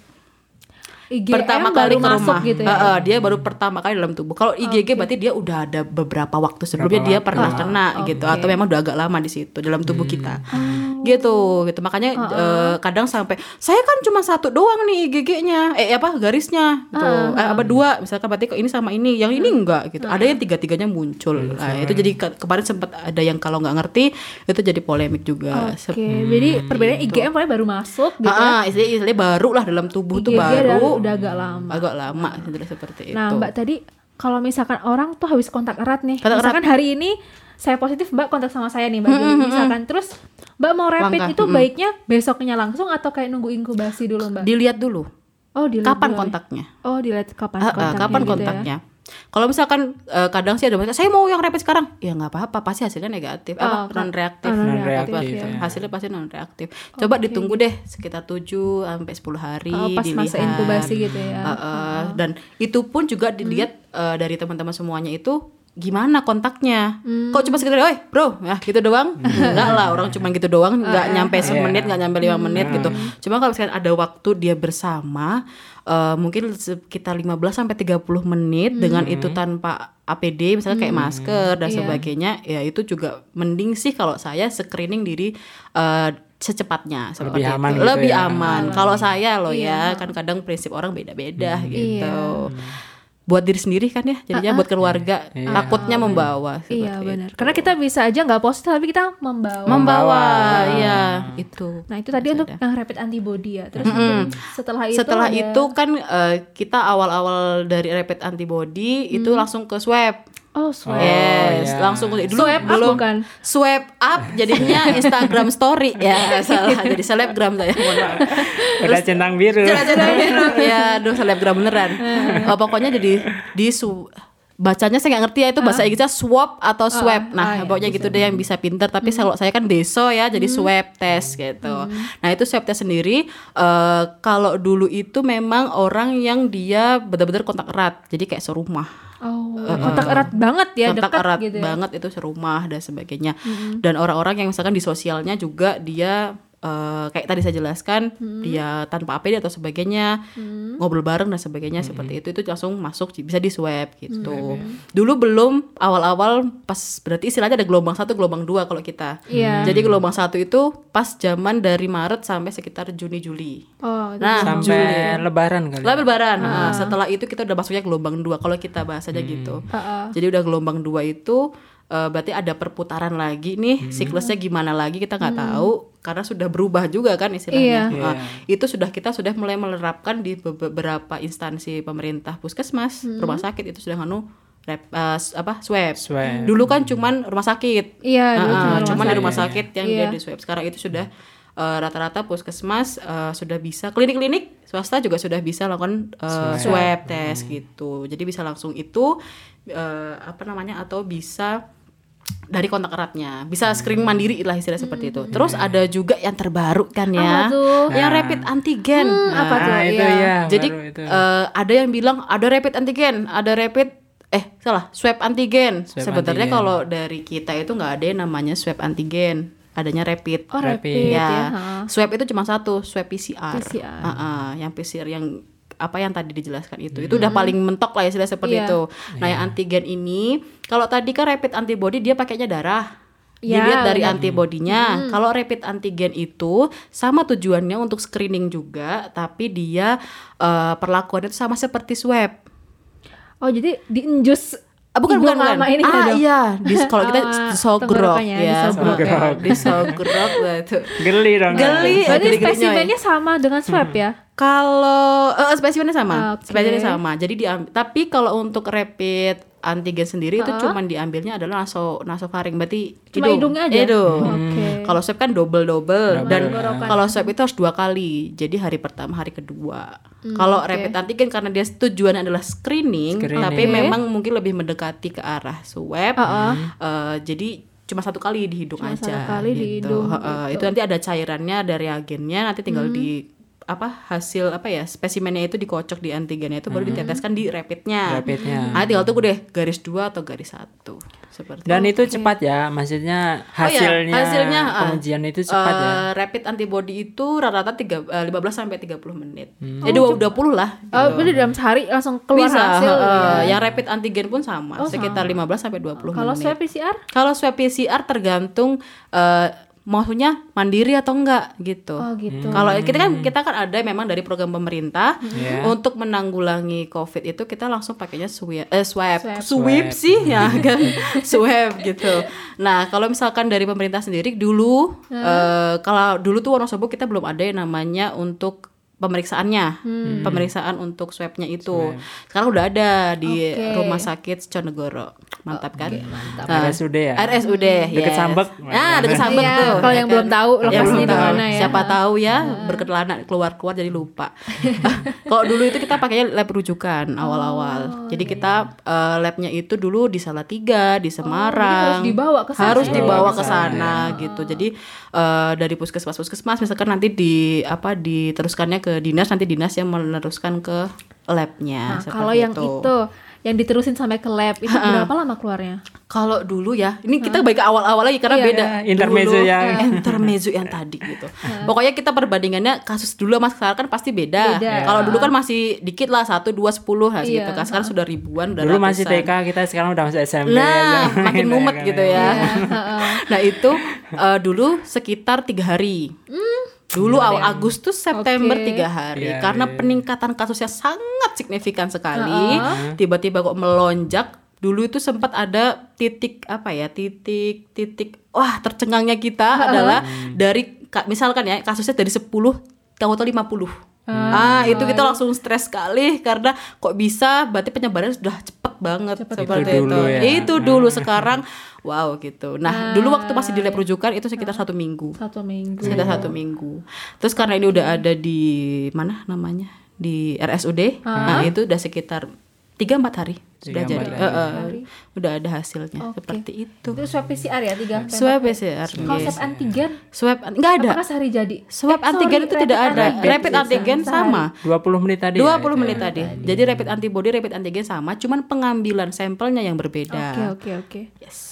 IgM pertama kali baru ke masuk rumah gitu ya? Dia baru pertama kali dalam tubuh. Kalau IgG berarti dia udah ada beberapa waktu sebelumnya dia pernah kena gitu, atau memang udah agak lama di situ dalam tubuh kita gitu makanya kadang sampai saya kan cuma 1 doang nih IgG-nya garisnya gitu. 2 misalkan berarti kok ini sama ini, yang ini enggak gitu. Ada yang 3-3-nya muncul. Nah itu jadi kemarin sempat ada yang kalau nggak ngerti itu jadi polemik juga. Jadi perbedaan IgM paling baru masuk gitu. Istilahnya baru lah dalam tubuh tuh IgG baru. Udah agak lama seperti itu. Nah Mbak tadi kalau misalkan orang tuh habis kontak erat nih, misalkan hari ini saya positif, Mbak kontak sama saya nih Mbak Juli, misalkan terus Mbak mau rapid itu baiknya besoknya langsung atau kayak nunggu inkubasi dulu Mbak? Dilihat dulu. Dilihat kapan dulu. Kontaknya? Dilihat kapan kontaknya. Kapan gitu kontaknya? Ya? Kalau misalkan kadang sih ada saya mau yang rapid sekarang, ya nggak apa-apa, pasti hasilnya negatif, non reaktif, hasilnya pasti non reaktif. Coba ditunggu deh sekitar 7 sampai 10 hari pas dilihat. masa inkubasi gitu ya. Dan itu pun juga dilihat dari teman-teman semuanya itu gimana kontaknya. Kok cuma sekitar bro ya gitu doang? Enggak lah, orang cuma gitu doang, nggak nyampe semenit, nggak nyampe 5 menit gitu. Cuma kalau misalkan ada waktu dia bersama, mungkin sekitar 15 sampai 30 menit dengan itu tanpa APD misalnya kayak masker dan sebagainya, ya itu juga mending sih kalau saya screening diri secepatnya seperti lebih aman itu. Gitu lebih ya. aman. Kalau saya ya kan kadang prinsip orang beda-beda gitu. Buat diri sendiri kan ya, jadinya buat keluarga takutnya membawa. Iya benar. Karena kita bisa aja nggak positif tapi kita membawa. Iya itu. Nah itu tadi untuk yang rapid antibody ya. Terus setelah itu kan kita awal-awal dari rapid antibody itu langsung ke swab. Oh, swipe. Yes, iya. langsung dulu Swipe up belum bukan? swipe up jadinya Instagram story ya salah jadi selebgram saya. Mohon maaf. Udah centang biru. Cerah-cerah biru. Ya, aduh selebgram beneran. Pokoknya jadi bacanya saya nggak ngerti ya itu bahasa Inggrisnya swab atau swab. Nah, iya, pokoknya gitu deh yang bisa pinter. Tapi kalau saya kan deso ya, jadi swab test gitu. Nah itu swab test sendiri. Kalau dulu itu memang orang yang dia benar-benar kontak erat, jadi kayak serumah. Oh, kontak erat banget ya, Kontak dekat erat gitu ya. banget itu serumah dan sebagainya. Dan orang-orang yang misalkan di sosialnya juga dia kayak tadi saya jelaskan dia tanpa APD atau sebagainya ngobrol bareng dan sebagainya seperti itu langsung masuk bisa di swab gitu. Dulu belum awal-awal pas berarti istilahnya ada gelombang 1 gelombang 2 kalau kita. Jadi gelombang 1 itu pas zaman dari Maret sampai sekitar Juni-Juli. Oh, Nah, Sampai lebaran kali. lah lebaran. Nah, setelah itu kita udah masuknya gelombang 2 kalau kita bahasanya gitu. Jadi udah gelombang 2 itu berarti ada perputaran lagi nih, siklusnya gimana lagi kita nggak tahu karena sudah berubah juga kan istilahnya. Iya. Itu kita sudah mulai menerapkan di beberapa instansi pemerintah, puskesmas, rumah sakit itu sudah swab. Swab. Dulu kan cuman rumah sakit. Iya, dulu cuman di rumah sakit. sakit yang dia di swab. Sekarang itu sudah rata-rata puskesmas sudah bisa, klinik-klinik swasta juga sudah bisa lakukan swab test gitu. Jadi bisa langsung itu atau bisa dari kontak eratnya, bisa screening mandiri lah istilah seperti itu. Terus ada juga yang terbaru kan ya, Apa tuh? yang rapid antigen. Apa tuh? Nah, itu Iya. ya. Jadi baru itu. ada yang bilang ada rapid antigen, ada swab antigen. Swab Sebenarnya antigen. kalau dari kita itu nggak ada yang namanya swab antigen, adanya rapid. Oh, rapid Rapid. ya. Ya, Ha. swab itu cuma satu, swab PCR. PCR. Yang PCR yang apa yang tadi dijelaskan itu udah paling mentok lah istilah seperti Iya. itu. Nah, yang antigen ini, kalau tadi kan rapid antibody dia pakainya darah. Ya, Dilihat dari benar. antibodinya. Kalau rapid antigen itu sama tujuannya untuk screening juga, tapi dia perlakuannya itu sama seperti swab. Oh, jadi diinjus Bukan. lama ini ya, dong? Iya, kalau kita disogrok tenggorokannya, ya. disogrok. Disogrok lah itu. Geli dong. Geli. Berarti Geli-gelinya, spesimennya sama dengan swab ya? Kalau spesimennya sama, Oke. spesimennya sama. Jadi tapi kalau untuk rapid antigen sendiri itu cuman diambilnya adalah nasofaring, berarti Cuma hidungnya aja? Hidung. Oke. Kalau swab kan double dan Tenggorokan. kalau swab itu harus 2 kali. Jadi hari pertama, hari kedua. Kalau rapid antigen karena dia tujuannya adalah screening. Tapi memang mungkin lebih mendekati ke arah swab. Jadi cuma 1 kali di hidung Cuma aja. 1 kali di hidung, gitu. Itu nanti ada cairannya, ada reagennya, nanti tinggal di hasil spesimennya itu dikocok di antigennya itu baru diteteskan di rapidnya. Tinggal tunggu deh garis 2 atau garis 1 seperti Dan itu cepat ya, maksudnya hasilnya pengujian itu cepat ya. Rapid antibody itu rata-rata 15 sampai 30 menit. Ya 20 lah. Oh, berarti dalam sehari langsung keluar Bisa. hasil. Iya. Yang rapid antigen pun sama, sekitar 15 sampai 20 Kalau menit. swab PCR? Kalau swab PCR tergantung maksudnya mandiri atau enggak gitu. Oh, gitu. Kalau kita kan ada memang dari program pemerintah untuk menanggulangi COVID itu kita langsung pakainya swab sih ya kan swab gitu. Nah kalau misalkan dari pemerintah sendiri dulu kalau dulu tuh Wonosobo kita belum ada yang namanya untuk pemeriksaan untuk swabnya itu. Sekarang udah ada di Rumah Sakit Conegoro. Mantap kan? Nah, RSUD ya. RSUD Deket yes. Sambek. Nah, deket Sambek Iya, tuh. kalau yang belum tahu Yang lokasinya belum di tahu. mana ya. Siapa tahu ya berkelana keluar jadi lupa. Kalau dulu itu kita pakainya lab rujukan awal-awal. Jadi kita labnya itu dulu di Salatiga, di Semarang. jadi harus dibawa ke sana. Harus dibawa ke sana gitu. Jadi dari puskesmas misalkan nanti diteruskannya ke dinas, nanti dinas yang meneruskan ke labnya. Nah, kalau yang itu yang diterusin sampai ke lab itu berapa lama keluarnya? Kalau dulu ya, ini kita balik ke awal-awal lagi karena Iya, beda. intermezzo Dulu, yang- intermezzo yang tadi gitu. Pokoknya kita perbandingannya kasus dulu sama sekarang kan pasti beda. Beda. Kalau dulu kan masih dikit lah 1, 2, 10 gitu kan. Sekarang sudah ribuan, udah Dulu masih ratusan. TK, kita sekarang udah masuk SMP. Nah, makin mumet kan. gitu ya. Nah itu dulu sekitar 3 hari. Dulu awal Agustus September Oke. 3 hari Iya, karena iya. peningkatan kasusnya sangat signifikan sekali. Tiba-tiba kok melonjak. Dulu itu sempat ada titik tercengangnya kita adalah dari misalkan ya kasusnya dari 10 tahu-tahu 50. Itu kita langsung stres sekali karena kok bisa berarti penyebarannya sudah cepat banget Cepet seperti banget. itu. Itu dulu ya. Itu dulu sekarang wow gitu. Nah, dulu waktu masih di lab rujukan itu sekitar 1 minggu. 1 minggu. Sekitar 1 minggu. Terus karena ini udah ada di mana namanya? Di RSUD. Nah, itu udah sekitar 3-4 hari sudah 3-4 jadi. hari. Udah ada hasilnya Oke. seperti itu. Itu swab PCR ya 3 Swab PCR. Kalau swab antigen Swab enggak ada. apakah sehari jadi? Swab antigen itu tidak ada. Rapid antigen sama. 20 menit tadi. 20 menit tadi. Jadi rapid antibody, rapid antigen sama, cuman pengambilan sampelnya yang berbeda. Oke.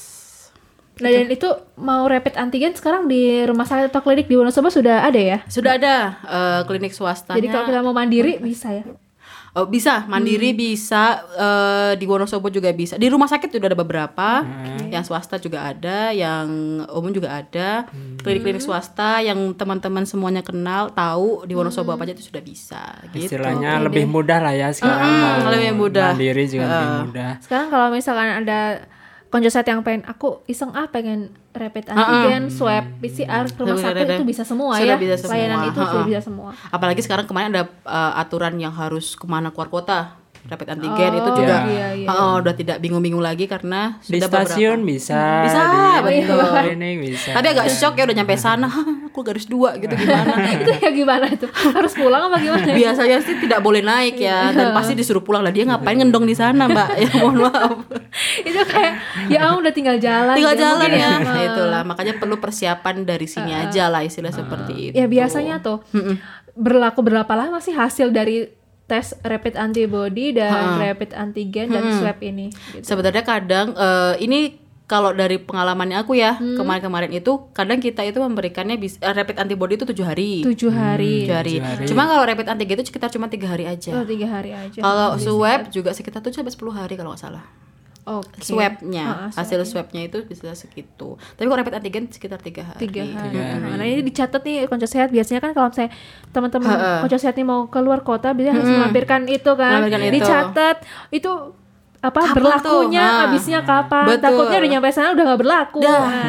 Nah, dan itu mau rapid antigen sekarang di rumah sakit atau klinik di Wonosobo sudah ada ya? Sudah ada klinik swastanya. Jadi kalau kita mau mandiri bisa ya? Oh, bisa mandiri, bisa di Wonosobo juga bisa. Di rumah sakit sudah ada beberapa, yang swasta juga ada, yang umum juga ada. Klinik-klinik swasta yang teman-teman semuanya kenal, tahu di Wonosobo apa aja itu sudah bisa. Gitu. Istilahnya lebih mudah lah ya sekarang. Mau lebih mudah. Mandiri juga lebih mudah. Sekarang kalau misalkan ada konjosat yang pengen aku iseng pengen rapid antigen, swab PCR rumah Sudah sakit ada. itu bisa semua Sudah ya. bisa semua. Layanan itu sudah bisa semua. Apalagi sekarang kemarin ada aturan yang harus kemana keluar kota. Rapid antigen itu juga iya. udah tidak bingung-bingung lagi karena Di sudah stasiun beberapa. bisa. Bisa, di betul. klinik bisa. Tapi agak shock ya udah nyampe sana, aku garis 2 gitu gimana? Itu ya gimana itu? Harus pulang apa gimana? Biasanya sih tidak boleh naik ya, dan pasti disuruh pulang lah. Dia ngapain ngendong di sana, Mbak? Ya mohon maaf. Itu kayak ya udah tinggal jalan. Tinggal jalan mungkin ya. Nah, itulah makanya perlu persiapan dari sini aja lah istilah seperti itu. Ya biasanya tuh berlaku berapa lama sih hasil dari tes rapid antibody dan rapid antigen dan swab ini? Gitu. Sebenarnya kadang ini kalau dari pengalamannya aku ya kemarin-kemarin itu kadang kita itu memberikannya rapid antibody itu 7 hari. 7 hari. 7 hari. Cuma kalau rapid antigen itu sekitar cuma 3 hari aja. Oh, 3 hari aja. Kalau swab juga sekitar 7 sampai 10 hari kalau nggak salah. Oke. Swabnya, hasil swabnya itu bisa segitu. Tapi kalau rapid antigen sekitar 3 hari. 3 hari. Nah, ini dicatat nih konco sehat. Biasanya kan kalau saya teman-teman konco sehat nih mau keluar kota biasanya harus melampirkan itu kan. Melampirkan itu. Dicatat itu apa Kapan berlakunya tuh? habisnya kapan? Betul. Takutnya udah nyampe sana udah nggak berlaku.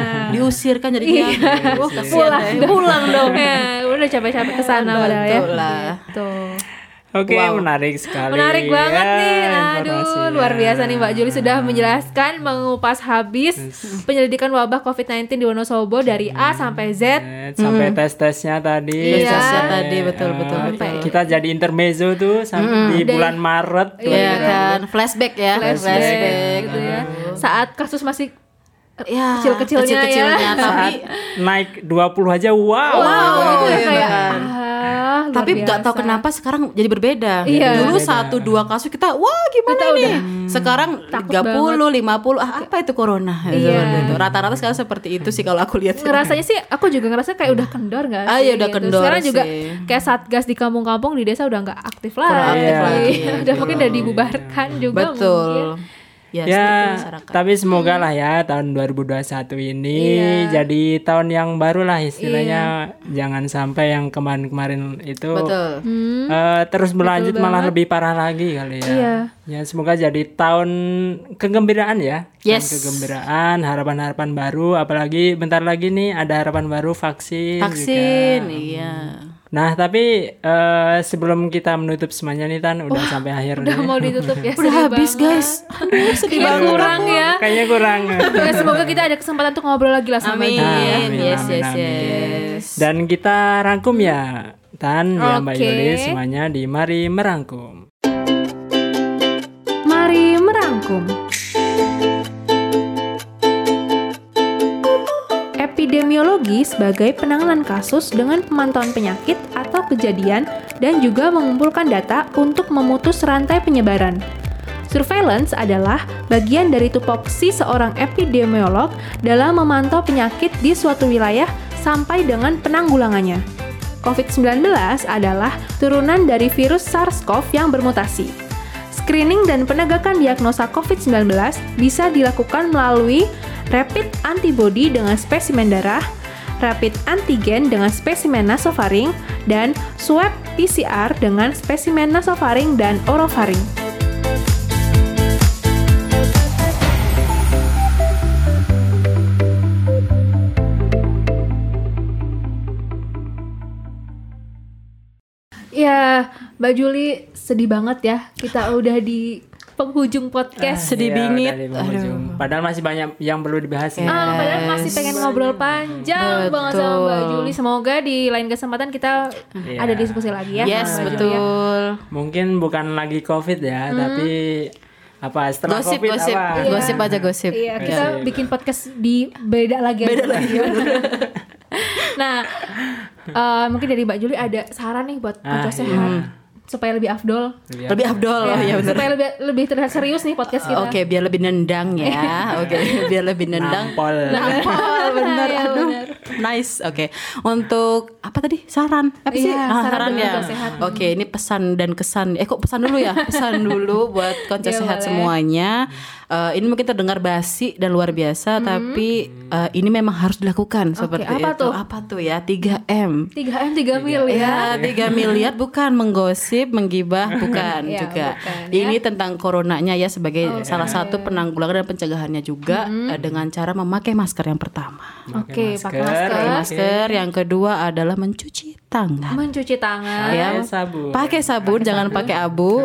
Diusir kan jadinya. Wah, kasihan deh. Pulang dong. Ya, udah capek-capek ke sana padahal ya. Betul lah. Gitu. Oke, menarik sekali. Menarik banget ya, nih. Aduh, informasinya. luar biasa nih Mbak Juli sudah menjelaskan, mengupas habis penyelidikan wabah COVID-19 di Wonosobo dari A sampai Z. Sampai tes-tesnya tadi. Iya. Tesnya tadi betul. Kita jadi intermezzo tuh sampai di bulan Maret. Iya kan, flashback ya. Flashback gitu ya. Saat kasus masih Ya, kecil-kecilnya ya. tapi Naik 20 aja, wow. itu ya iya kayak kan. luar tapi nggak tahu biasa. kenapa sekarang jadi berbeda. Iya. Dulu 1-2 kasus kita wah gimana Kita nih? udah Sekarang takut 30, 50 apa itu corona? Iya. Seperti itu. Rata-rata sekarang seperti itu sih kalau aku lihat. Ngerasanya sih aku juga ngerasa kayak udah kendor nggak sih? Iya, udah gitu. kendor Sekarang juga sih. kayak satgas di kampung-kampung di desa udah nggak aktif aktif lagi. lagi, Udah mungkin udah dibubarkan juga mungkin. Betul. Ya, seperti Ya, masyarakat. tapi semoga lah ya tahun 2021 ini Iya. jadi tahun yang baru lah istilahnya. Jangan sampai yang kemarin-kemarin itu Betul. terus berlanjut malah lebih parah lagi kali ya. Iya. Ya semoga jadi tahun kegembiraan ya. Yes. Tahun kegembiraan, harapan-harapan baru, apalagi bentar lagi nih ada harapan baru vaksin. Vaksin, juga. iya. Nah, tapi sebelum kita menutup semuanya nih Tan, udah sampai akhir Udah nih. mau ditutup ya. Udah sedih habis banget. guys. Aduh, sedih Kayaknya banget. kurang ya. Kayaknya kurang. Ya, semoga kita ada kesempatan untuk ngobrol lagi lah sama Amin. Juli ya. Amin, Yes, amin, yes, amin. yes. Dan kita rangkum ya, Tan, ya Mbak Oke. Yuli semuanya di Mari Merangkum. Mari merangkum. Epidemiologi sebagai penanganan kasus dengan pemantauan penyakit atau kejadian dan juga mengumpulkan data untuk memutus rantai penyebaran. Surveillance adalah bagian dari tupoksi seorang epidemiolog dalam memantau penyakit di suatu wilayah sampai dengan penanggulangannya. COVID-19 adalah turunan dari virus SARS-CoV yang bermutasi. Screening dan penegakan diagnosa COVID-19 bisa dilakukan melalui rapid antibody dengan spesimen darah, rapid antigen dengan spesimen nasofaring, dan swab PCR dengan spesimen nasofaring dan orofaring. Ya, Mbak Juli sedih banget ya. Kita udah di penghujung podcast. Sedih Iya, bingit. dari penghujung. Padahal masih banyak yang perlu dibahas ya. Padahal masih pengen ngobrol panjang banget sama Mbak Juli. Semoga di lain kesempatan kita Iya. ada diskusi lagi ya. Yes, sama Mbak Juli ya. betul. Mungkin bukan lagi COVID ya, tapi apa setelah Gosip, COVID gosip. apa? Gosip aja gosip. Iya, kita bikin podcast di beda lagi. Nah, mungkin dari Mbak Juli ada saran nih buat Konco Sehat supaya lebih afdol. Lebih afdol loh ya benar. Supaya lebih terlihat serius nih podcast kita. Oke, biar lebih nendang ya. Oke, biar lebih nendang. Nampol. Oh, benar. Iya, Aduh. benar. Nice. Oke. Untuk apa tadi? Saran. Apa sih? Iya, saran buat ya. Konco Sehat. Oke, ini pesan dan kesan. Kok pesan dulu ya? Pesan dulu buat Konco Iya, Sehat boleh. semuanya. Ini mungkin terdengar basi dan luar biasa, tapi ini memang harus dilakukan seperti apa itu. tuh? Apa tuh ya? 3M. 3M 3 mil ya. Ya, 3 miliar bukan menggosip, menggibah, bukan Ya, juga. bukan, ya. Ini tentang coronanya ya sebagai salah satu penanggulangan dan pencegahannya juga dengan cara memakai masker yang pertama. Oke, pakai Pakai masker. masker, yang kedua adalah mencuci tangan. Mencuci tangan. Ya, Pakai sabun. pakai sabun, jangan pakai abu.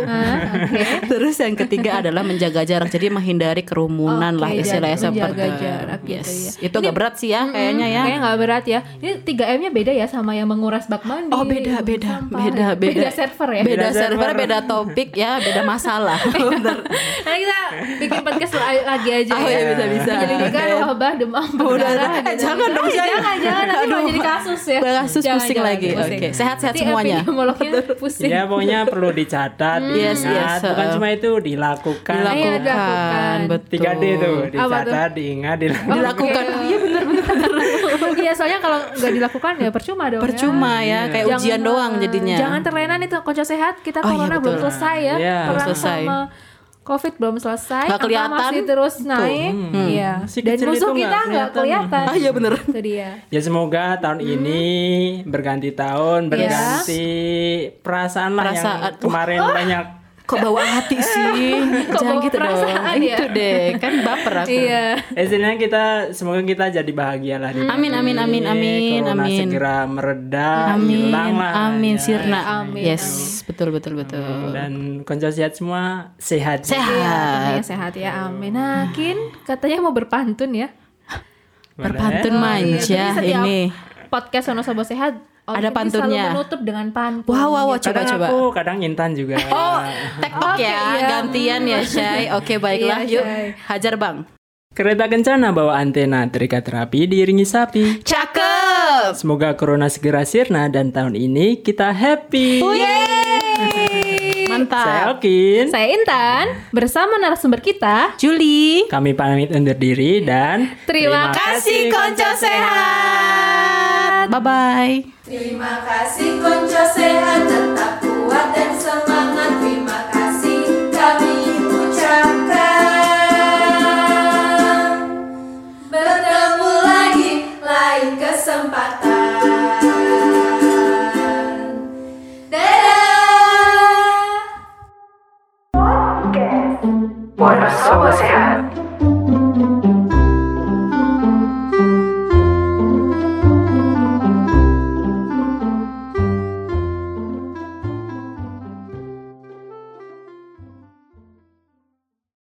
Terus yang ketiga adalah menjaga jarak, jadi menghindari kerumunan lah Oke, istilahnya jadi menjaga seperti jarak gitu yes. ya. Itu gak berat sih ya kayaknya ya. Kayaknya nggak berat ya. Ini 3M-nya beda ya sama yang menguras bak mandi. Oh beda sampah. Beda server ya. Beda server, beda topik ya, beda masalah. Bener. Nah kita bikin podcast lagi aja Oh ya. iya, bisa. Penyelidikan wabah demam berdarah. Jangan dong, jangan nanti mau jadi kasus ya. Kasus Jangan, pusing jangan, lagi. pusing. Oke, sehat-sehat Nanti semuanya. epidemiolognya pusing. Ya pokoknya perlu dicatat, Yes, diingat. yes. Bukan cuma itu dilakukan. Iya, dilakukan. Betul. 3D itu Apa tuh? dicatat, diingat, Dilakukan. Iya benar. Iya soalnya kalau nggak dilakukan ya percuma dong. Percuma ya, kayak Jangan- ujian doang jadinya. Jangan terlena nih Konco Sehat. Kita Oh, iya, corona belum betul. selesai ya. Iya, Perang belum selesai. sama COVID belum selesai. Nggak angka kelihatan. masih terus naik. Iya. Si Dan kecil musuh itu kita nggak nggak kelihatan. Ah iya bener. Itu dia. Ya semoga tahun ini berganti tahun, berganti perasaan lah Perasaan. yang kemarin banyak. Kok bawa hati sih? Kok Jangan bawa gitu dong. perasaan ya? Itu deh, kan baper aku. Iya. Istilahnya semoga kita jadi bahagia lah. di Amin, tahun amin, ini. amin, amin, Corona amin. segera mereda, Amin, hilang lah. amin, ya. sirna. Amin, Yes, betul. Dan Konco Sehat semua sehat. Iya, Sehat. tentunya sehat ya. Amin. Nah, Kin katanya mau berpantun ya. Berpantun Jadi manja setiap ini. podcast Sono Sobo Sehat Ada Oki pantunnya. selalu menutup dengan pantun. Wow, gitu. Kadang coba. aku, kadang Intan juga. Oh, TikTok Oke, ya, iya. gantian ya, Syai. Oke, baiklah. Iya, Yuk, Syai. hajar Bang. Kereta kencana bawa antena, terikat rapi diiringi sapi. Cakep. Semoga corona segera sirna dan tahun ini kita happy. Yeay. Mantap. Saya Okin. Saya Intan bersama narasumber kita. Juli. Kami pamit undur diri dan Terima Kasih Konco Sehat. Bye-bye. Terima kasih Konco Sehat, tetap kuat dan semangat. Terima kasih kami ucapkan. Bertemu lagi lain kesempatan. Dadah. Podcast Buana Sobo Sehat.